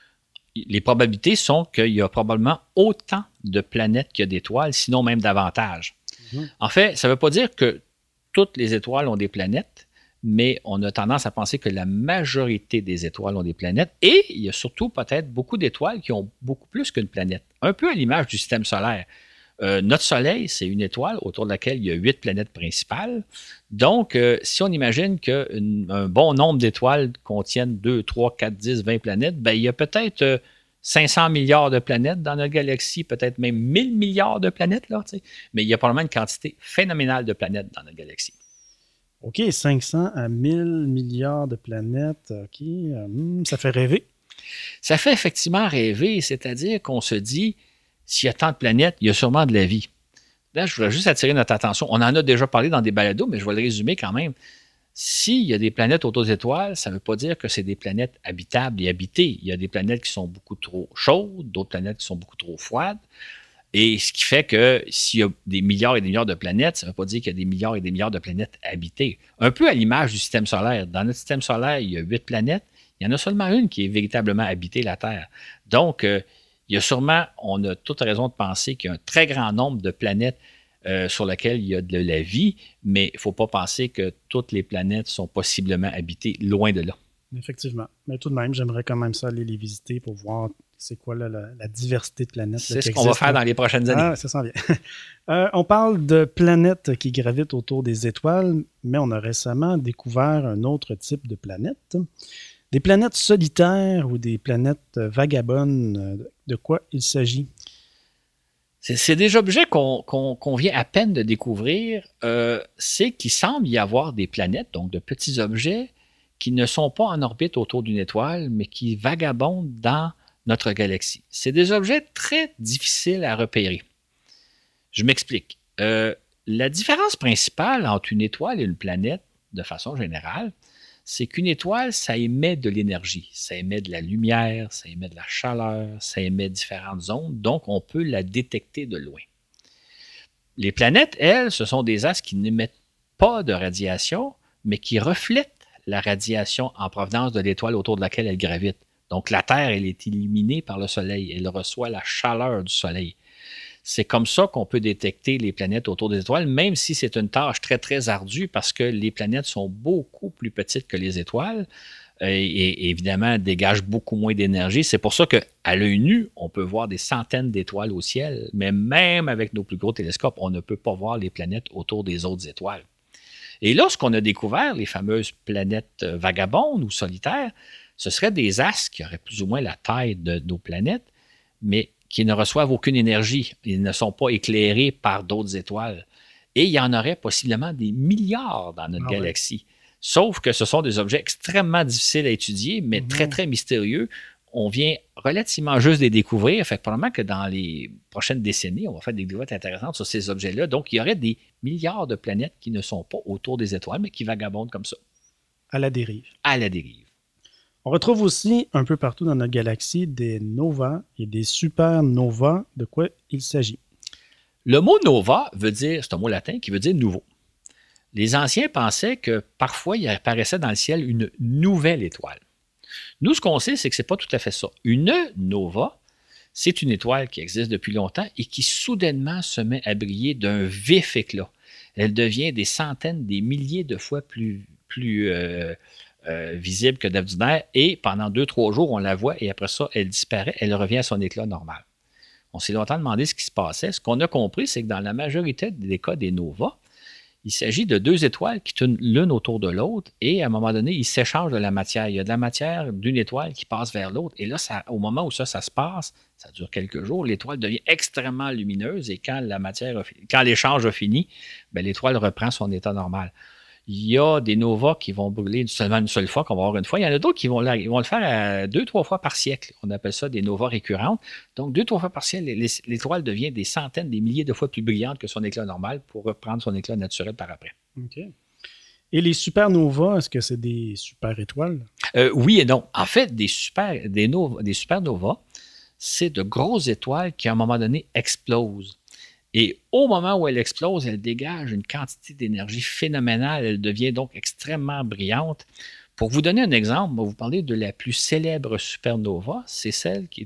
les probabilités sont qu'il y a probablement autant de planètes qu'il y a d'étoiles, sinon même davantage. Mm-hmm. En fait, ça ne veut pas dire que toutes les étoiles ont des planètes, mais on a tendance à penser que la majorité des étoiles ont des planètes et il y a surtout peut-être beaucoup d'étoiles qui ont beaucoup plus qu'une planète. Un peu à l'image du système solaire. Notre Soleil, c'est une étoile autour de laquelle il y a 8 planètes principales. Donc, si on imagine qu'un bon nombre d'étoiles contiennent 2, 3, 4, 10, 20 planètes, ben, il y a peut-être 500 milliards de planètes dans notre galaxie, peut-être même 1000 milliards de planètes, là, mais il y a probablement une quantité phénoménale de planètes dans notre galaxie. OK, 500 à 1000 milliards de planètes, OK, ça fait rêver. Ça fait effectivement rêver, c'est-à-dire qu'on se dit, s'il y a tant de planètes, il y a sûrement de la vie. Là, je voudrais juste attirer notre attention. On en a déjà parlé dans des balados, mais je vais le résumer quand même. S'il y a des planètes autour des étoiles, ça ne veut pas dire que c'est des planètes habitables et habitées. Il y a des planètes qui sont beaucoup trop chaudes, d'autres planètes qui sont beaucoup trop froides. Et ce qui fait que s'il y a des milliards et des milliards de planètes, ça ne veut pas dire qu'il y a des milliards et des milliards de planètes habitées. Un peu à l'image du système solaire. Dans notre système solaire, il y a 8 planètes. Il y en a seulement une qui est véritablement habitée, la Terre. Donc, il y a sûrement, on a toute raison de penser qu'il y a un très grand nombre de planètes sur lesquelles il y a de la vie, mais il ne faut pas penser que toutes les planètes sont possiblement habitées, loin de là. Effectivement. Mais tout de même, j'aimerais quand même ça aller les visiter pour voir c'est quoi là, la diversité de planètes. C'est ce qu'on va faire dans les prochaines années. Ah, ça sent bien. On parle de planètes qui gravitent autour des étoiles, mais on a récemment découvert un autre type de planète. Des planètes solitaires ou des planètes vagabondes, de quoi il s'agit? C'est des objets qu'on vient à peine de découvrir. C'est qu'il semble y avoir des planètes, donc de petits objets, qui ne sont pas en orbite autour d'une étoile, mais qui vagabondent dans notre galaxie. C'est des objets très difficiles à repérer. Je m'explique. La différence principale entre une étoile et une planète, de façon générale, c'est qu'une étoile, ça émet de l'énergie, ça émet de la lumière, ça émet de la chaleur, ça émet différentes ondes, donc on peut la détecter de loin. Les planètes, elles, ce sont des astres qui n'émettent pas de radiation, mais qui reflètent la radiation en provenance de l'étoile autour de laquelle elles gravitent. Donc la Terre, elle est illuminée par le Soleil, elle reçoit la chaleur du Soleil. C'est comme ça qu'on peut détecter les planètes autour des étoiles, même si c'est une tâche très, très ardue parce que les planètes sont beaucoup plus petites que les étoiles et évidemment dégagent beaucoup moins d'énergie. C'est pour ça qu'à l'œil nu, on peut voir des centaines d'étoiles au ciel, mais même avec nos plus gros télescopes, on ne peut pas voir les planètes autour des autres étoiles. Et lorsqu'on a découvert les fameuses planètes vagabondes ou solitaires, ce seraient des astres qui auraient plus ou moins la taille de nos planètes, mais qui ne reçoivent aucune énergie. Ils ne sont pas éclairés par d'autres étoiles. Et il y en aurait possiblement des milliards dans notre galaxie. Sauf que ce sont des objets extrêmement difficiles à étudier, mais très, très mystérieux. On vient relativement juste les découvrir. Fait que probablement que dans les prochaines décennies, on va faire des découvertes intéressantes sur ces objets-là. Donc, il y aurait des milliards de planètes qui ne sont pas autour des étoiles, mais qui vagabondent comme ça. À la dérive. À la dérive. On retrouve aussi un peu partout dans notre galaxie des novas et des supernovas. De quoi il s'agit? Le mot nova veut dire, c'est un mot latin qui veut dire nouveau. Les anciens pensaient que parfois il apparaissait dans le ciel une nouvelle étoile. Nous, ce qu'on sait, c'est que ce n'est pas tout à fait ça. Une nova, c'est une étoile qui existe depuis longtemps et qui soudainement se met à briller d'un vif éclat. Elle devient des centaines, des milliers de fois plus visible que d'ordinaire et pendant 2-3 jours, on la voit et après ça, elle disparaît, elle revient à son éclat normal. On s'est longtemps demandé ce qui se passait. Ce qu'on a compris, c'est que dans la majorité des cas des novas, il s'agit de 2 étoiles qui tournent l'une autour de l'autre et à un moment donné, ils s'échangent de la matière. Il y a de la matière d'une étoile qui passe vers l'autre et là, au moment où ça se passe, ça dure quelques jours, l'étoile devient extrêmement lumineuse et quand l'échange a fini, bien, l'étoile reprend son état normal. Il y a des novas qui vont brûler seulement une seule fois, qu'on va avoir une fois. Il y en a d'autres qui vont le faire 2-3 fois par siècle. On appelle ça des novas récurrentes. Donc, 2-3 fois par siècle, l'étoile devient des centaines, des milliers de fois plus brillante que son éclat normal pour reprendre son éclat naturel par après. OK. Et les supernovas, est-ce que c'est des super étoiles? Oui et non. En fait, des supernovas, c'est de grosses étoiles qui, à un moment donné, explosent. Et au moment où elle explose, elle dégage une quantité d'énergie phénoménale. Elle devient donc extrêmement brillante. Pour vous donner un exemple, vous parler de la plus célèbre supernova. C'est celle qui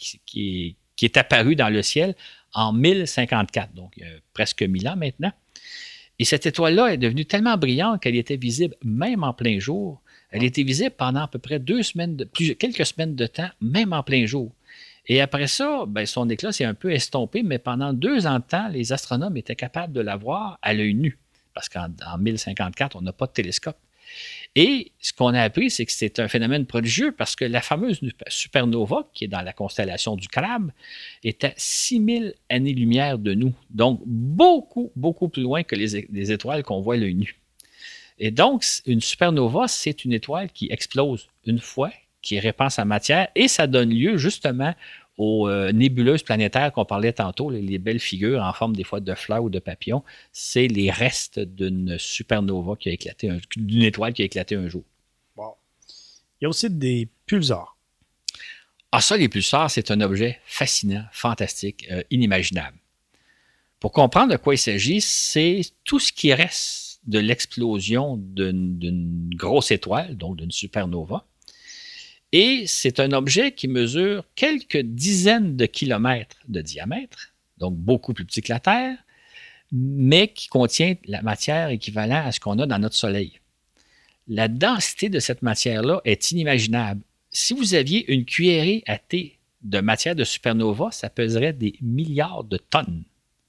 est apparue dans le ciel en 1054, donc il y a presque 1000 ans maintenant. Et cette étoile-là est devenue tellement brillante qu'elle était visible même en plein jour. Elle était visible pendant à peu près quelques semaines de temps, même en plein jour. Et après ça, ben, son éclat s'est un peu estompé, mais pendant 2 ans de temps, les astronomes étaient capables de la voir à l'œil nu. Parce qu'en 1054, on n'a pas de télescope. Et ce qu'on a appris, c'est que c'est un phénomène prodigieux parce que la fameuse supernova, qui est dans la constellation du Crabe, est à 6000 années-lumière de nous. Donc, beaucoup, beaucoup plus loin que les étoiles qu'on voit à l'œil nu. Et donc, une supernova, c'est une étoile qui explose une fois, qui répand sa matière, et ça donne lieu justement aux nébuleuses planétaires qu'on parlait tantôt, les belles figures en forme des fois de fleurs ou de papillons. C'est les restes d'une supernova qui a éclaté, d'une étoile qui a éclaté un jour. Wow. Il y a aussi des pulsars. Ah, ça, les pulsars, c'est un objet fascinant, fantastique, inimaginable. Pour comprendre de quoi il s'agit, c'est tout ce qui reste de l'explosion d'une grosse étoile, donc d'une supernova. Et c'est un objet qui mesure quelques dizaines de kilomètres de diamètre, donc beaucoup plus petit que la Terre, mais qui contient la matière équivalente à ce qu'on a dans notre Soleil. La densité de cette matière-là est inimaginable. Si vous aviez une cuillerée à thé de matière de supernova, ça peserait des milliards de tonnes.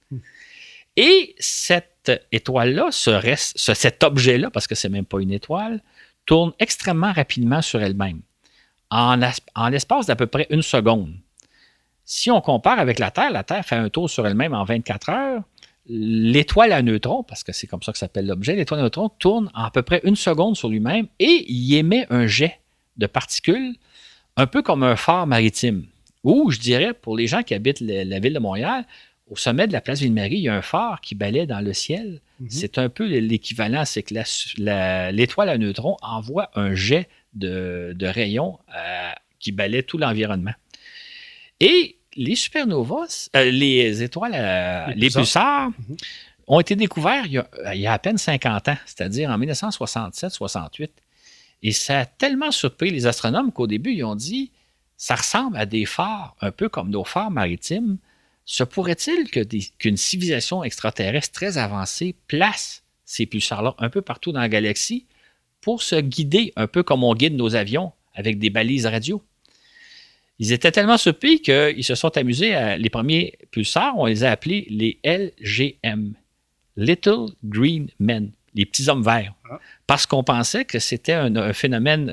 Et cette étoile-là, cet objet-là, parce que ce n'est même pas une étoile, tourne extrêmement rapidement sur elle-même. En l'espace d'à peu près 1 seconde. Si on compare avec la Terre fait un tour sur elle-même en 24 heures. L'étoile à neutrons, parce que c'est comme ça que s'appelle l'objet, l'étoile à neutrons tourne en à peu près 1 seconde sur lui-même et il émet un jet de particules, un peu comme un phare maritime. Ou, je dirais, pour les gens qui habitent la ville de Montréal, au sommet de la place Ville-Marie, il y a un phare qui balaie dans le ciel. C'est un peu l'équivalent, c'est que l'étoile à neutrons envoie un jet de rayons qui balaient tout l'environnement. Et les supernovas, les étoiles, les pulsars, ont été découverts il y a à peine 50 ans, c'est-à-dire en 1967-68. Et ça a tellement surpris les astronomes qu'au début, ils ont dit, ça ressemble à des phares, un peu comme nos phares maritimes. Se pourrait-il qu'une civilisation extraterrestre très avancée place ces pulsars-là un peu partout dans la galaxie pour se guider, un peu comme on guide nos avions avec des balises radio? Ils étaient tellement surpris qu'ils se sont amusés les premiers pulsars, on les a appelés les LGM, Little Green Men, les petits hommes verts, parce qu'on pensait que c'était un phénomène,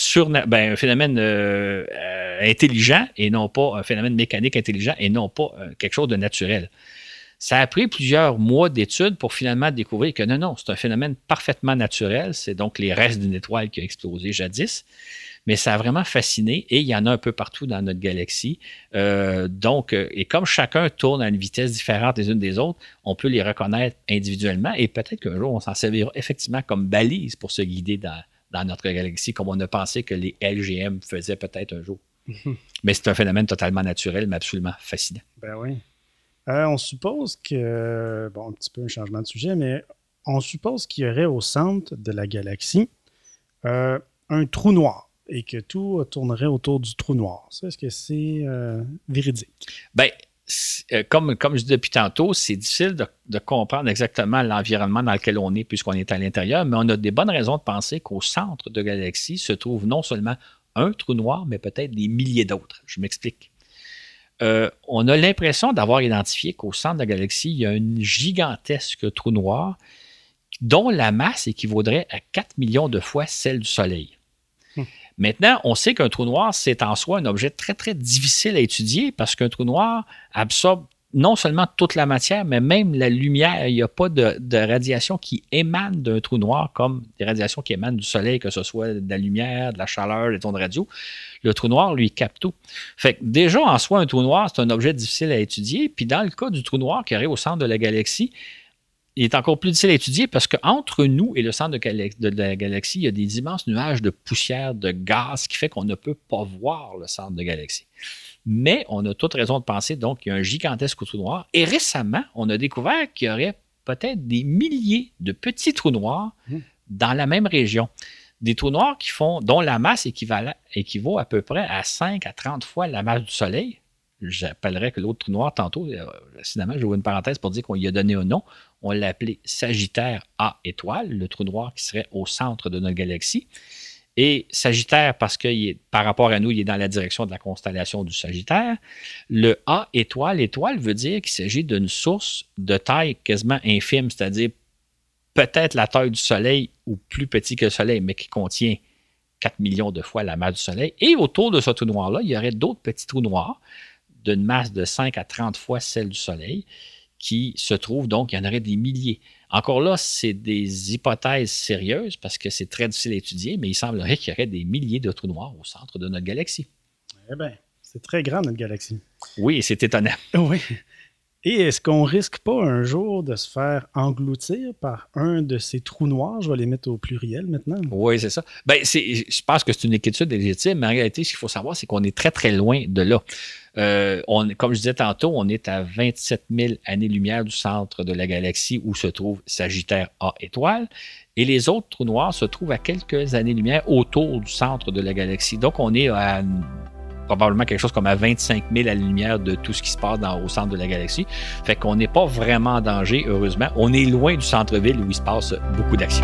intelligent et non pas un phénomène mécanique intelligent et non pas quelque chose de naturel. Ça a pris plusieurs mois d'études pour finalement découvrir que non, c'est un phénomène parfaitement naturel. C'est donc les restes d'une étoile qui a explosé jadis. Mais ça a vraiment fasciné et il y en a un peu partout dans notre galaxie. Et comme chacun tourne à une vitesse différente les unes des autres, on peut les reconnaître individuellement et peut-être qu'un jour, on s'en servira effectivement comme balise pour se guider dans notre galaxie, comme on a pensé que les LGM faisaient peut-être un jour. Mais c'est un phénomène totalement naturel, mais absolument fascinant. Ben oui. On suppose que, un petit peu un changement de sujet, mais on suppose qu'il y aurait au centre de la galaxie un trou noir. et que tout tournerait autour du trou noir. Ça, est-ce que c'est véridique? Bien, comme je dis depuis tantôt, c'est difficile de comprendre exactement l'environnement dans lequel on est puisqu'on est à l'intérieur, mais on a des bonnes raisons de penser qu'au centre de la galaxie se trouve non seulement un trou noir, mais peut-être des milliers d'autres. Je m'explique. On a l'impression d'avoir identifié qu'au centre de la galaxie, il y a un gigantesque trou noir dont la masse équivaudrait à 4 millions de fois celle du Soleil. Maintenant, on sait qu'un trou noir, c'est en soi un objet très, très difficile à étudier parce qu'un trou noir absorbe non seulement toute la matière, mais même la lumière. Il n'y a pas de radiation qui émane d'un trou noir comme des radiations qui émanent du Soleil, que ce soit de la lumière, de la chaleur, des ondes radio. Le trou noir, lui, capte tout. Fait que déjà, en soi, un trou noir, c'est un objet difficile à étudier. Puis dans le cas du trou noir qui arrive au centre de la galaxie, il est encore plus difficile à étudier parce qu'entre nous et le centre de la galaxie, il y a des immenses nuages de poussière, de gaz, ce qui fait qu'on ne peut pas voir le centre de la galaxie. Mais on a toute raison de penser donc qu'il y a un gigantesque trou noir. Et récemment, on a découvert qu'il y aurait peut-être des milliers de petits trous noirs dans la même région. Des trous noirs dont la masse équivaut à peu près à 5 à 30 fois la masse du Soleil. J'appellerais que l'autre trou noir, tantôt, finalement, j'ouvre une parenthèse pour dire qu'on y a donné un nom. On l'a appelé Sagittaire A étoile, le trou noir qui serait au centre de notre galaxie. Et Sagittaire, parce que par rapport à nous, il est dans la direction de la constellation du Sagittaire. Le A étoile veut dire qu'il s'agit d'une source de taille quasiment infime, c'est-à-dire peut-être la taille du Soleil ou plus petit que le Soleil, mais qui contient 4 millions de fois la masse du Soleil. Et autour de ce trou noir-là, il y aurait d'autres petits trous noirs d'une masse de 5 à 30 fois celle du Soleil qui se trouvent, donc, il y en aurait des milliers. Encore là, c'est des hypothèses sérieuses parce que c'est très difficile à étudier, mais il semblerait qu'il y aurait des milliers de trous noirs au centre de notre galaxie. Eh bien, c'est très grand, notre galaxie. Oui, c'est étonnant. Oui. Et est-ce qu'on risque pas un jour de se faire engloutir par un de ces trous noirs? Je vais les mettre au pluriel maintenant. Oui, c'est ça. Ben, je pense que c'est une inquiétude légitime, mais en réalité, ce qu'il faut savoir, c'est qu'on est très, très loin de là. Comme je disais tantôt, on est à 27 000 années-lumière du centre de la galaxie où se trouve Sagittaire A étoile, et les autres trous noirs se trouvent à quelques années-lumière autour du centre de la galaxie. Donc, on est à probablement quelque chose comme à 25 000 années-lumière de tout ce qui se passe au centre de la galaxie. Fait qu'on n'est pas vraiment en danger, heureusement. On est loin du centre-ville où il se passe beaucoup d'actions.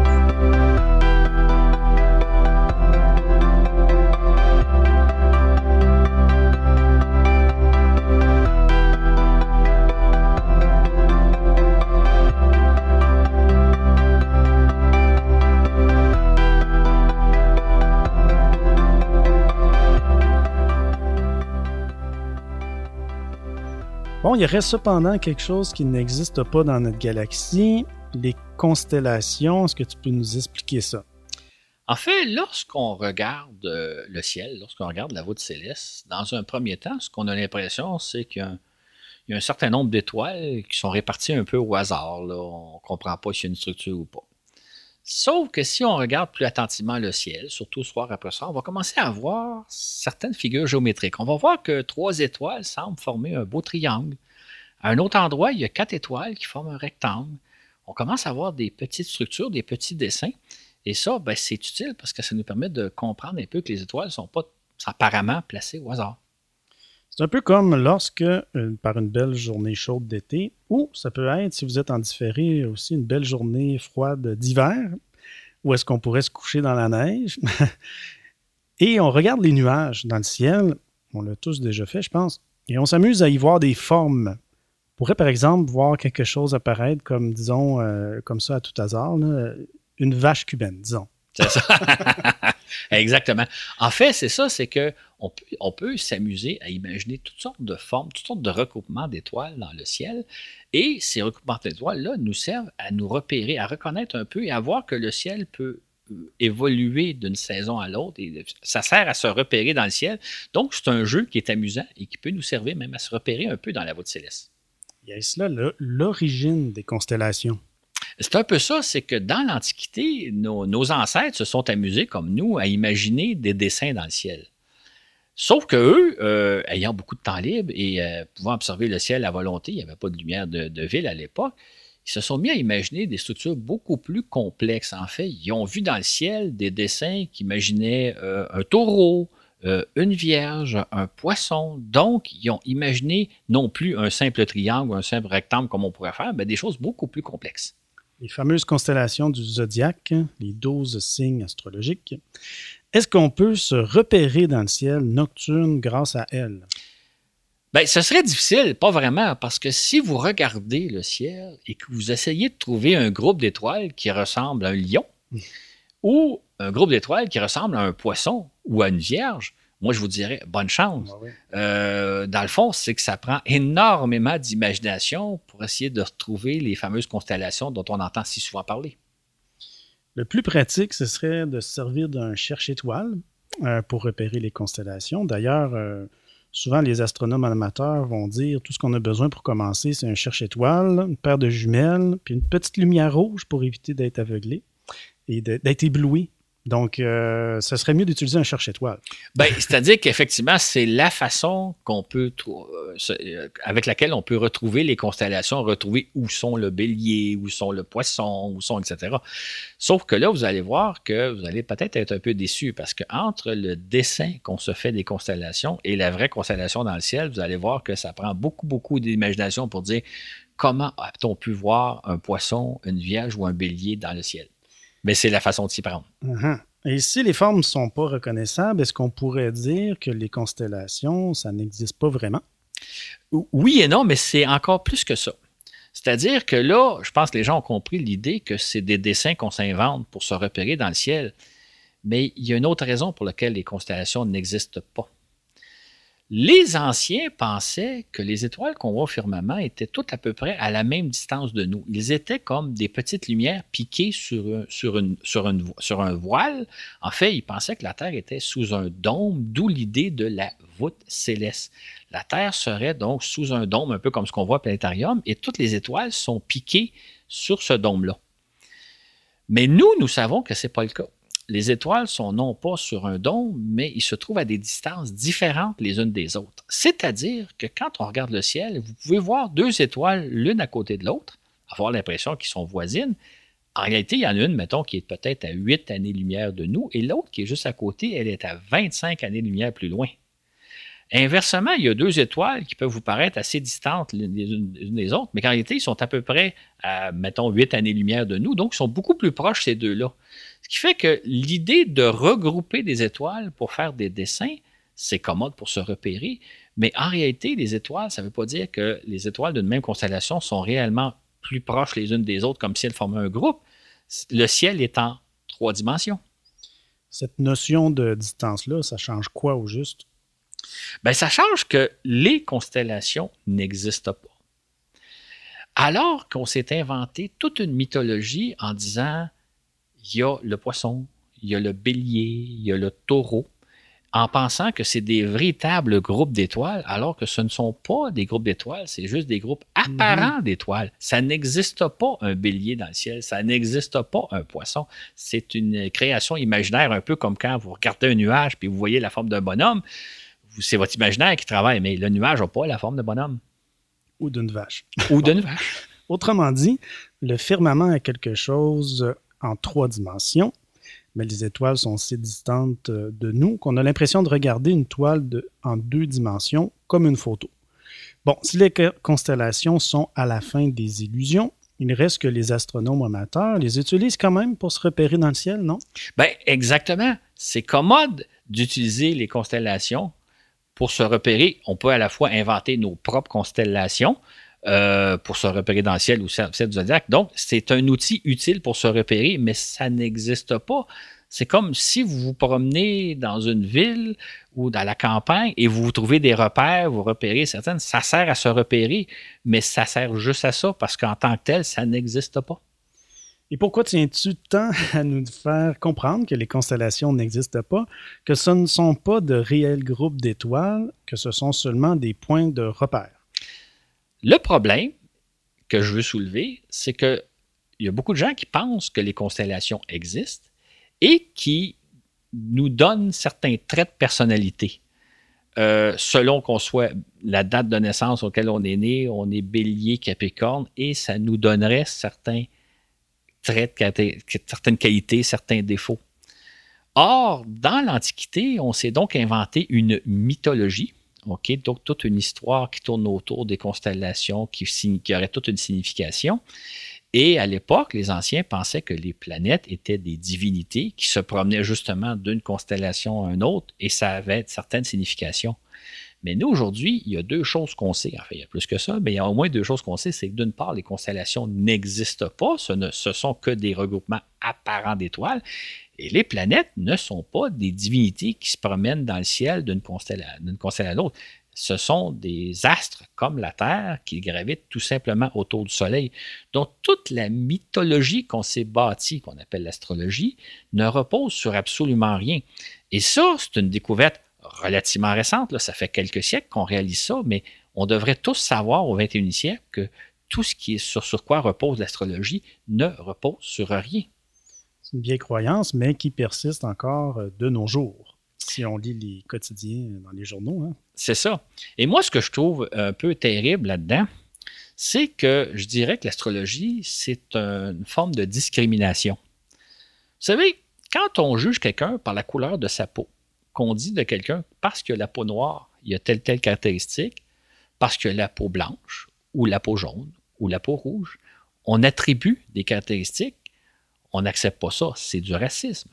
Bon, il reste cependant quelque chose qui n'existe pas dans notre galaxie, les constellations. Est-ce que tu peux nous expliquer ça? En fait, lorsqu'on regarde le ciel, lorsqu'on regarde la voûte céleste, dans un premier temps, ce qu'on a l'impression, c'est qu'il y a un certain nombre d'étoiles qui sont réparties un peu au hasard. Là. On ne comprend pas s'il y a une structure ou pas. Sauf que si on regarde plus attentivement le ciel, surtout soir après soir, on va commencer à voir certaines figures géométriques. On va voir que 3 étoiles semblent former un beau triangle. À un autre endroit, il y a 4 étoiles qui forment un rectangle. On commence à voir des petites structures, des petits dessins. Et ça, ben, c'est utile parce que ça nous permet de comprendre un peu que les étoiles ne sont pas apparemment placées au hasard. C'est un peu comme lorsque, par une belle journée chaude d'été, ou ça peut être, si vous êtes en différé, aussi une belle journée froide d'hiver, où est-ce qu'on pourrait se coucher dans la neige. Et on regarde les nuages dans le ciel, on l'a tous déjà fait, je pense, et on s'amuse à y voir des formes. On pourrait, par exemple, voir quelque chose apparaître comme, disons, comme ça à tout hasard, là, une vache cubaine, disons. C'est ça. Exactement. En fait, c'est ça, c'est qu'on peut s'amuser à imaginer toutes sortes de formes, toutes sortes de regroupements d'étoiles dans le ciel. Et ces regroupements d'étoiles-là nous servent à nous repérer, à reconnaître un peu et à voir que le ciel peut évoluer d'une saison à l'autre. Et ça sert à se repérer dans le ciel. Donc, c'est un jeu qui est amusant et qui peut nous servir même à se repérer un peu dans la voûte céleste. Il y a cela, l'origine des constellations. C'est un peu ça, c'est que dans l'Antiquité, nos ancêtres se sont amusés, comme nous, à imaginer des dessins dans le ciel. Sauf qu'eux, ayant beaucoup de temps libre et pouvant observer le ciel à volonté, il n'y avait pas de lumière de ville à l'époque, ils se sont mis à imaginer des structures beaucoup plus complexes. En fait, ils ont vu dans le ciel des dessins qui imaginaient un taureau, une vierge, un poisson. Donc, ils ont imaginé non plus un simple triangle ou un simple rectangle comme on pourrait faire, mais des choses beaucoup plus complexes. Les fameuses constellations du zodiaque, les 12 signes astrologiques. Est-ce qu'on peut se repérer dans le ciel nocturne grâce à elles? Bien, ce serait difficile, pas vraiment, parce que si vous regardez le ciel et que vous essayez de trouver un groupe d'étoiles qui ressemble à un lion, ou un groupe d'étoiles qui ressemble à un poisson ou à une vierge, moi, je vous dirais bonne chance. Dans le fond, c'est que ça prend énormément d'imagination pour essayer de retrouver les fameuses constellations dont on entend si souvent parler. Le plus pratique, ce serait de se servir d'un cherche-étoiles pour repérer les constellations. D'ailleurs, souvent, les astronomes amateurs vont dire tout ce qu'on a besoin pour commencer, c'est un cherche-étoiles, une paire de jumelles, puis une petite lumière rouge pour éviter d'être aveuglé et d'être ébloui. Donc, ce serait mieux d'utiliser un cherche-étoiles. Bien, c'est-à-dire qu'effectivement, c'est la façon qu'on peut avec laquelle on peut retrouver les constellations, retrouver où sont le bélier, où sont le poisson, où sont, etc. Sauf que là, vous allez voir que vous allez peut-être être un peu déçu parce qu'entre le dessin qu'on se fait des constellations et la vraie constellation dans le ciel, vous allez voir que ça prend beaucoup, beaucoup d'imagination pour dire comment a-t-on pu voir un poisson, une vierge ou un bélier dans le ciel. Mais c'est la façon de s'y prendre. Et si les formes ne sont pas reconnaissables, est-ce qu'on pourrait dire que les constellations, ça n'existe pas vraiment? Oui et non, mais c'est encore plus que ça. C'est-à-dire que là, je pense que les gens ont compris l'idée que c'est des dessins qu'on s'invente pour se repérer dans le ciel. Mais il y a une autre raison pour laquelle les constellations n'existent pas. Les anciens pensaient que les étoiles qu'on voit au firmament étaient toutes à peu près à la même distance de nous. Ils étaient comme des petites lumières piquées sur un voile. En fait, ils pensaient que la Terre était sous un dôme, d'où l'idée de la voûte céleste. La Terre serait donc sous un dôme, un peu comme ce qu'on voit au planétarium, et toutes les étoiles sont piquées sur ce dôme-là. Mais nous savons que ce n'est pas le cas. Les étoiles sont non pas sur un dôme, mais ils se trouvent à des distances différentes les unes des autres. C'est-à-dire que quand on regarde le ciel, vous pouvez voir deux étoiles l'une à côté de l'autre, avoir l'impression qu'ils sont voisines. En réalité, il y en a une, mettons, qui est peut-être à 8 années-lumière de nous, et l'autre qui est juste à côté, elle est à 25 années-lumière plus loin. Inversement, il y a deux étoiles qui peuvent vous paraître assez distantes les unes des autres, mais qu'en réalité, ils sont à peu près à, mettons, 8 années-lumière de nous, donc ils sont beaucoup plus proches, ces deux-là. Ce qui fait que l'idée de regrouper des étoiles pour faire des dessins, c'est commode pour se repérer, mais en réalité, les étoiles, ça ne veut pas dire que les étoiles d'une même constellation sont réellement plus proches les unes des autres, comme si elles formaient un groupe. Le ciel est en 3 dimensions. Cette notion de distance-là, ça change quoi au juste? Bien, ça change que les constellations n'existent pas. Alors qu'on s'est inventé toute une mythologie en disant il y a le poisson, il y a le bélier, il y a le taureau, en pensant que c'est des véritables groupes d'étoiles, alors que ce ne sont pas des groupes d'étoiles, c'est juste des groupes apparents d'étoiles. Ça n'existe pas un bélier dans le ciel, ça n'existe pas un poisson. C'est une création imaginaire, un peu comme quand vous regardez un nuage puis vous voyez la forme d'un bonhomme. C'est votre imaginaire qui travaille, mais le nuage n'a pas la forme de bonhomme. Ou d'une vache. Ou d'une vache. Autrement dit, le firmament est quelque chose en 3 dimensions, mais les étoiles sont si distantes de nous qu'on a l'impression de regarder une toile en 2 dimensions, comme une photo. Bon, si les constellations sont à la fin des illusions, il reste que les astronomes amateurs les utilisent quand même pour se repérer dans le ciel, non? Bien, exactement. C'est commode d'utiliser les constellations pour se repérer. On peut à la fois inventer nos propres constellations pour se repérer dans le ciel ou le ciel du zodiaque. Donc, c'est un outil utile pour se repérer, mais ça n'existe pas. C'est comme si vous vous promenez dans une ville ou dans la campagne et vous trouvez des repères, vous repérez certaines. Ça sert à se repérer, mais ça sert juste à ça parce qu'en tant que tel, ça n'existe pas. Et pourquoi tiens-tu tant à nous faire comprendre que les constellations n'existent pas, que ce ne sont pas de réels groupes d'étoiles, que ce sont seulement des points de repère? Le problème que je veux soulever, c'est qu'il y a beaucoup de gens qui pensent que les constellations existent et qui nous donnent certains traits de personnalité. selon qu'on soit la date de naissance auquel on est né, on est bélier, capricorne, et ça nous donnerait certains traits, certaines qualités, certains défauts. Or, dans l'Antiquité, on s'est donc inventé une mythologie, okay? Donc toute une histoire qui tourne autour des constellations, qui aurait toute une signification. Et à l'époque, les anciens pensaient que les planètes étaient des divinités qui se promenaient justement d'une constellation à une autre, et ça avait certaines significations. Mais nous, aujourd'hui, il y a deux choses qu'on sait. Enfin, il y a plus que ça, mais il y a au moins deux choses qu'on sait. C'est que d'une part, les constellations n'existent pas. Ce sont que des regroupements apparents d'étoiles. Et les planètes ne sont pas des divinités qui se promènent dans le ciel d'une constellation à l'autre. Ce sont des astres comme la Terre qui gravitent tout simplement autour du Soleil. Donc, toute la mythologie qu'on s'est bâtie, qu'on appelle l'astrologie, ne repose sur absolument rien. Et ça, c'est une découverte relativement récente. Là. Ça fait quelques siècles qu'on réalise ça, mais on devrait tous savoir au 21e siècle que tout ce qui est sur quoi repose l'astrologie ne repose sur rien. C'est une vieille croyance, mais qui persiste encore de nos jours, si on lit les quotidiens dans les journaux. Hein. C'est ça. Et moi, ce que je trouve un peu terrible là-dedans, c'est que je dirais que l'astrologie, c'est une forme de discrimination. Vous savez, quand on juge quelqu'un par la couleur de sa peau, qu'on dit de quelqu'un parce qu'il a la peau noire, il a telle caractéristique, parce qu'il a la peau blanche, ou la peau jaune, ou la peau rouge, on attribue des caractéristiques, on n'accepte pas ça, c'est du racisme.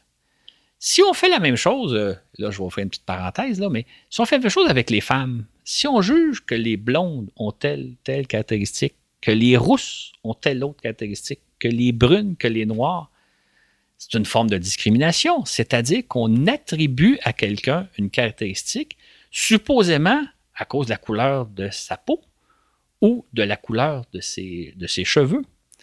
Si on fait la même chose, là je vais vous faire une petite parenthèse, là, mais si on fait la même chose avec les femmes, si on juge que les blondes ont telle caractéristique, que les rousses ont telle autre caractéristique, que les brunes, que les noires, c'est une forme de discrimination, c'est-à-dire qu'on attribue à quelqu'un une caractéristique supposément à cause de la couleur de sa peau ou de la couleur de ses cheveux.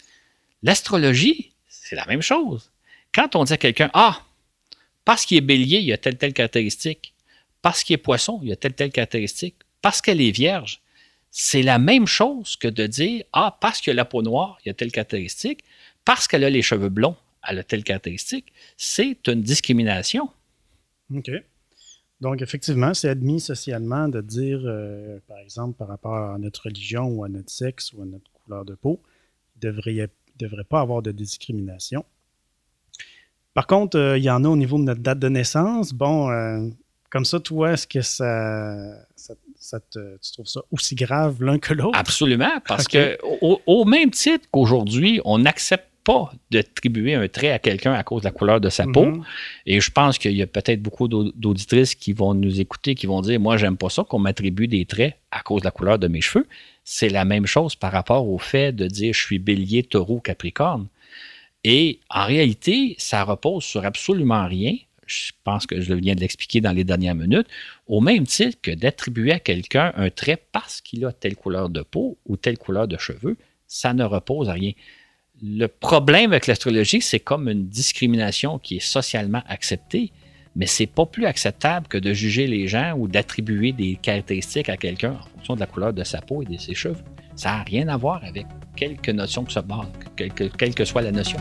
L'astrologie, c'est la même chose. Quand on dit à quelqu'un « Ah, parce qu'il est bélier, il a telle caractéristique. Parce qu'il est poisson, il a telle caractéristique. Parce qu'elle est vierge. » C'est la même chose que de dire « Ah, parce qu'il a la peau noire, il a telle caractéristique. Parce qu'elle a les cheveux blonds, elle a telle caractéristique. » C'est une discrimination. OK. Donc, effectivement, c'est admis socialement de dire, par exemple, par rapport à notre religion ou à notre sexe ou à notre couleur de peau, il ne devrait pas avoir de discrimination. Par contre, il y en a au niveau de notre date de naissance. Bon, comme ça, toi, est-ce que tu trouves ça aussi grave l'un que l'autre? Absolument, parce que au même titre qu'aujourd'hui, on n'accepte pas d'attribuer un trait à quelqu'un à cause de la couleur de sa peau. Et je pense qu'il y a peut-être beaucoup d'auditrices qui vont nous écouter, qui vont dire « Moi, j'aime pas ça qu'on m'attribue des traits à cause de la couleur de mes cheveux. » C'est la même chose par rapport au fait de dire « Je suis bélier, taureau, capricorne. » Et en réalité, ça repose sur absolument rien. Je pense que je viens de l'expliquer dans les dernières minutes. Au même titre que d'attribuer à quelqu'un un trait parce qu'il a telle couleur de peau ou telle couleur de cheveux, ça ne repose à rien. Le problème avec l'astrologie, c'est comme une discrimination qui est socialement acceptée, mais c'est pas plus acceptable que de juger les gens ou d'attribuer des caractéristiques à quelqu'un en fonction de la couleur de sa peau et de ses cheveux. Ça n'a rien à voir avec quelque notion que se base, quelle que soit la notion.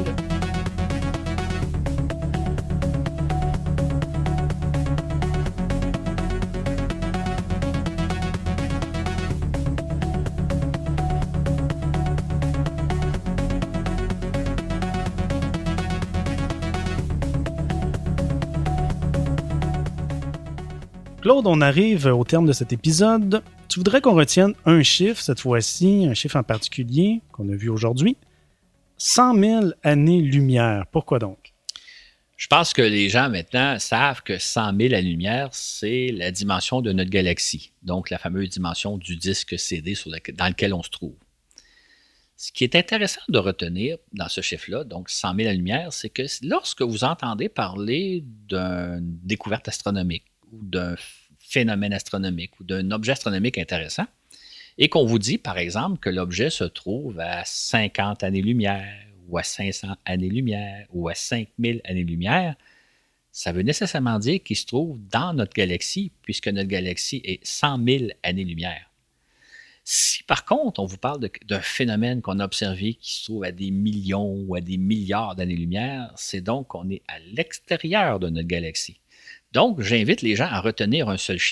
Claude, on arrive au terme de cet épisode. Tu voudrais qu'on retienne un chiffre, cette fois-ci, un chiffre en particulier qu'on a vu aujourd'hui. 100 000 années-lumière. Pourquoi donc? Je pense que les gens maintenant savent que 100 000 années-lumière, c'est la dimension de notre galaxie. Donc, la fameuse dimension du disque CD dans lequel on se trouve. Ce qui est intéressant de retenir dans ce chiffre-là, donc 100 000 années-lumière, c'est que lorsque vous entendez parler d'une découverte astronomique, ou d'un phénomène astronomique ou d'un objet astronomique intéressant, et qu'on vous dit, par exemple, que l'objet se trouve à 50 années-lumière, ou à 500 années-lumière, ou à 5000 années-lumière, ça veut nécessairement dire qu'il se trouve dans notre galaxie, puisque notre galaxie est 100 000 années-lumière. Si, par contre, on vous parle d'un phénomène qu'on a observé qui se trouve à des millions ou à des milliards d'années-lumière, c'est donc qu'on est à l'extérieur de notre galaxie. Donc, j'invite les gens à retenir un seul chiffre,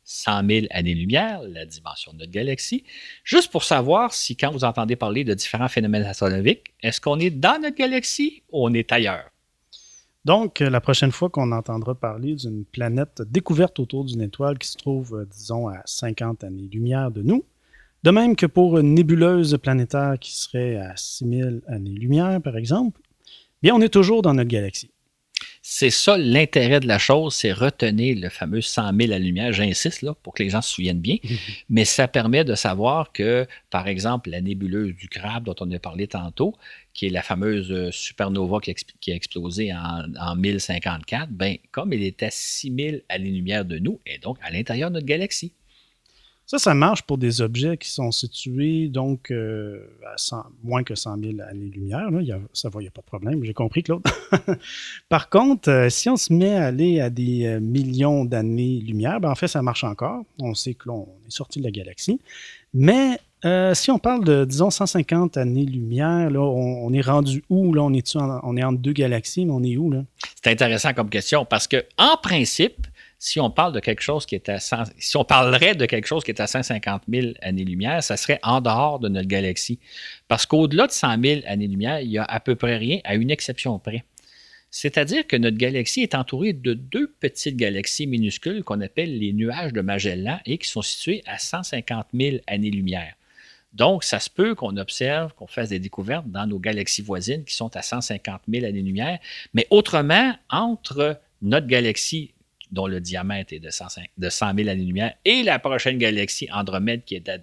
100 000 années-lumière, la dimension de notre galaxie, juste pour savoir si quand vous entendez parler de différents phénomènes astronomiques, est-ce qu'on est dans notre galaxie ou on est ailleurs? Donc, la prochaine fois qu'on entendra parler d'une planète découverte autour d'une étoile qui se trouve, disons, à 50 années-lumière de nous, de même que pour une nébuleuse planétaire qui serait à 6000 années-lumière, par exemple, bien, on est toujours dans notre galaxie. C'est ça l'intérêt de la chose, c'est retenir le fameux 100 000 années-lumière. J'insiste là pour que les gens se souviennent bien, mais ça permet de savoir que, par exemple, la nébuleuse du Crabe dont on a parlé tantôt, qui est la fameuse supernova qui a explosé en 1054, ben, comme elle est à 6000 années-lumière de nous, et donc à l'intérieur de notre galaxie. Ça marche pour des objets qui sont situés donc à moins que 100 000 années-lumière. Ça va, il n'y a pas de problème, j'ai compris, Claude. Par contre, si on se met à aller à des millions d'années-lumière, ben en fait, ça marche encore. On sait que l'on est sorti de la galaxie. Mais si on parle de, disons, 150 années-lumière, là, on est rendu où? Là? On est entre deux galaxies, mais on est où? Là? C'est intéressant comme question parce que, en principe, si on parle de quelque chose qui est à si on parlerait de quelque chose qui est à 150 000 années-lumière, ça serait en dehors de notre galaxie. Parce qu'au-delà de 100 000 années-lumière, il n'y a à peu près rien, à une exception près. C'est-à-dire que notre galaxie est entourée de deux petites galaxies minuscules qu'on appelle les nuages de Magellan et qui sont situés à 150 000 années-lumière. Donc, ça se peut qu'on observe, qu'on fasse des découvertes dans nos galaxies voisines qui sont à 150 000 années-lumière, mais autrement, entre notre galaxie dont le diamètre est de 100 000 années-lumière, et la prochaine galaxie Andromède qui est à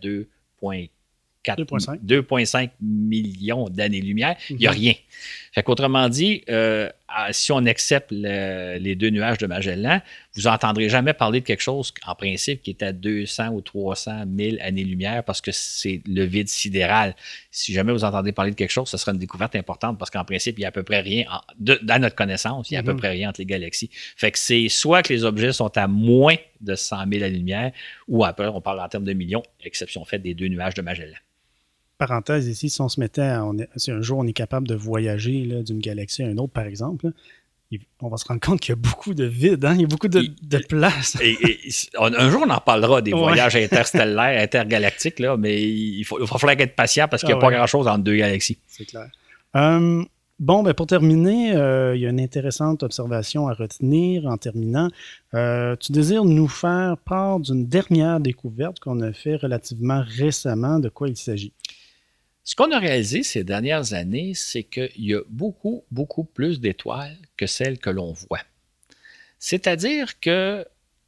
2,5 millions d'années-lumière, il n'y a rien. Fait qu'autrement dit, si on accepte les deux nuages de Magellan, vous n'entendrez jamais parler de quelque chose, en principe, qui est à 200 ou 300 000 années-lumière parce que c'est le vide sidéral. Si jamais vous entendez parler de quelque chose, ce sera une découverte importante parce qu'en principe, il n'y a à peu près rien, dans notre connaissance, il n'y a à peu près rien entre les galaxies. Fait que c'est soit que les objets sont à moins de 100 000 années-lumière ou après, on parle en termes de millions, exception faite des deux nuages de Magellan. Parenthèse ici, si on se mettait si un jour on est capable de voyager là, d'une galaxie à une autre, par exemple, là, on va se rendre compte qu'il y a beaucoup de vide, hein? Il y a beaucoup de place. Un jour, on en parlera des voyages interstellaires, intergalactiques, là, mais il va falloir être patient parce qu'il n'y a pas grand-chose entre deux galaxies. C'est clair. Bon, ben pour terminer, il y a une intéressante observation à retenir en terminant. Tu désires nous faire part d'une dernière découverte qu'on a fait relativement récemment. De quoi il s'agit? Ce qu'on a réalisé ces dernières années, c'est qu'il y a beaucoup, beaucoup plus d'étoiles que celles que l'on voit. C'est-à-dire que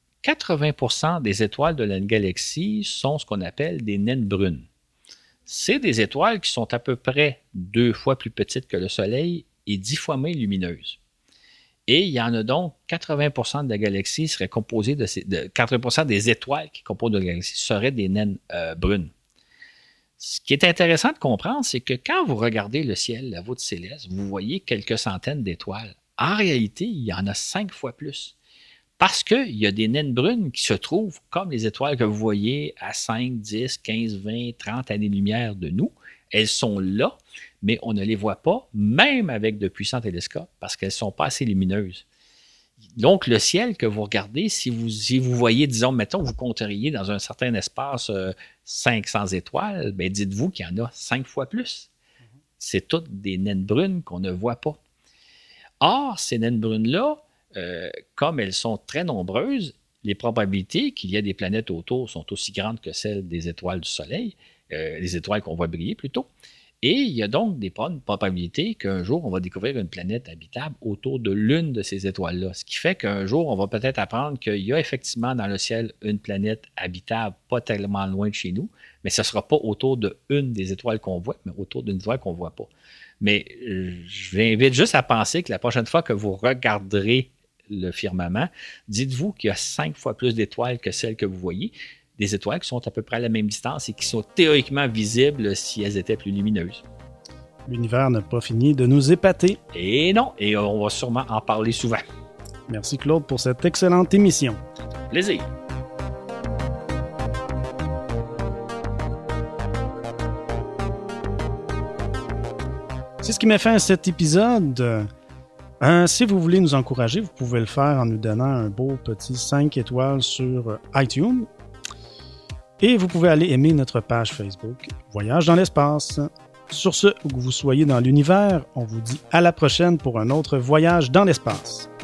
80% des étoiles de la galaxie sont ce qu'on appelle des naines brunes. C'est des étoiles qui sont à peu près 2 fois plus petites que le Soleil et 10 fois moins lumineuses. Et il y en a donc 80% de la galaxie serait composée de 80% des étoiles qui composent la galaxie seraient des naines brunes. Ce qui est intéressant de comprendre, c'est que quand vous regardez le ciel, la voûte céleste, vous voyez quelques centaines d'étoiles. En réalité, il y en a 5 fois plus. Parce qu'il y a des naines brunes qui se trouvent comme les étoiles que vous voyez à 5, 10, 15, 20, 30 années-lumière de nous. Elles sont là, mais on ne les voit pas, même avec de puissants télescopes, parce qu'elles ne sont pas assez lumineuses. Donc, le ciel que vous regardez, si vous voyez, disons, mettons, vous compteriez dans un certain espace 500 étoiles, bien, dites-vous qu'il y en a 5 fois plus. C'est toutes des naines brunes qu'on ne voit pas. Or, ces naines brunes-là, comme elles sont très nombreuses, les probabilités qu'il y ait des planètes autour sont aussi grandes que celles des étoiles du Soleil, les étoiles qu'on voit briller plutôt. Et il y a donc des probabilités qu'un jour, on va découvrir une planète habitable autour de l'une de ces étoiles-là. Ce qui fait qu'un jour, on va peut-être apprendre qu'il y a effectivement dans le ciel une planète habitable pas tellement loin de chez nous, mais ce ne sera pas autour d'une des étoiles qu'on voit, mais autour d'une étoile qu'on ne voit pas. Mais je vous invite juste à penser que la prochaine fois que vous regarderez le firmament, dites-vous qu'il y a 5 fois plus d'étoiles que celles que vous voyez. Des étoiles qui sont à peu près à la même distance et qui sont théoriquement visibles si elles étaient plus lumineuses. L'univers n'a pas fini de nous épater. Et non, et on va sûrement en parler souvent. Merci Claude pour cette excellente émission. Plaisir. C'est ce qui met fin à cet épisode. Si vous voulez nous encourager, vous pouvez le faire en nous donnant un beau petit 5 étoiles sur iTunes. Et vous pouvez aller aimer notre page Facebook Voyage dans l'espace. Sur ce, où que vous soyez dans l'univers, on vous dit à la prochaine pour un autre voyage dans l'espace.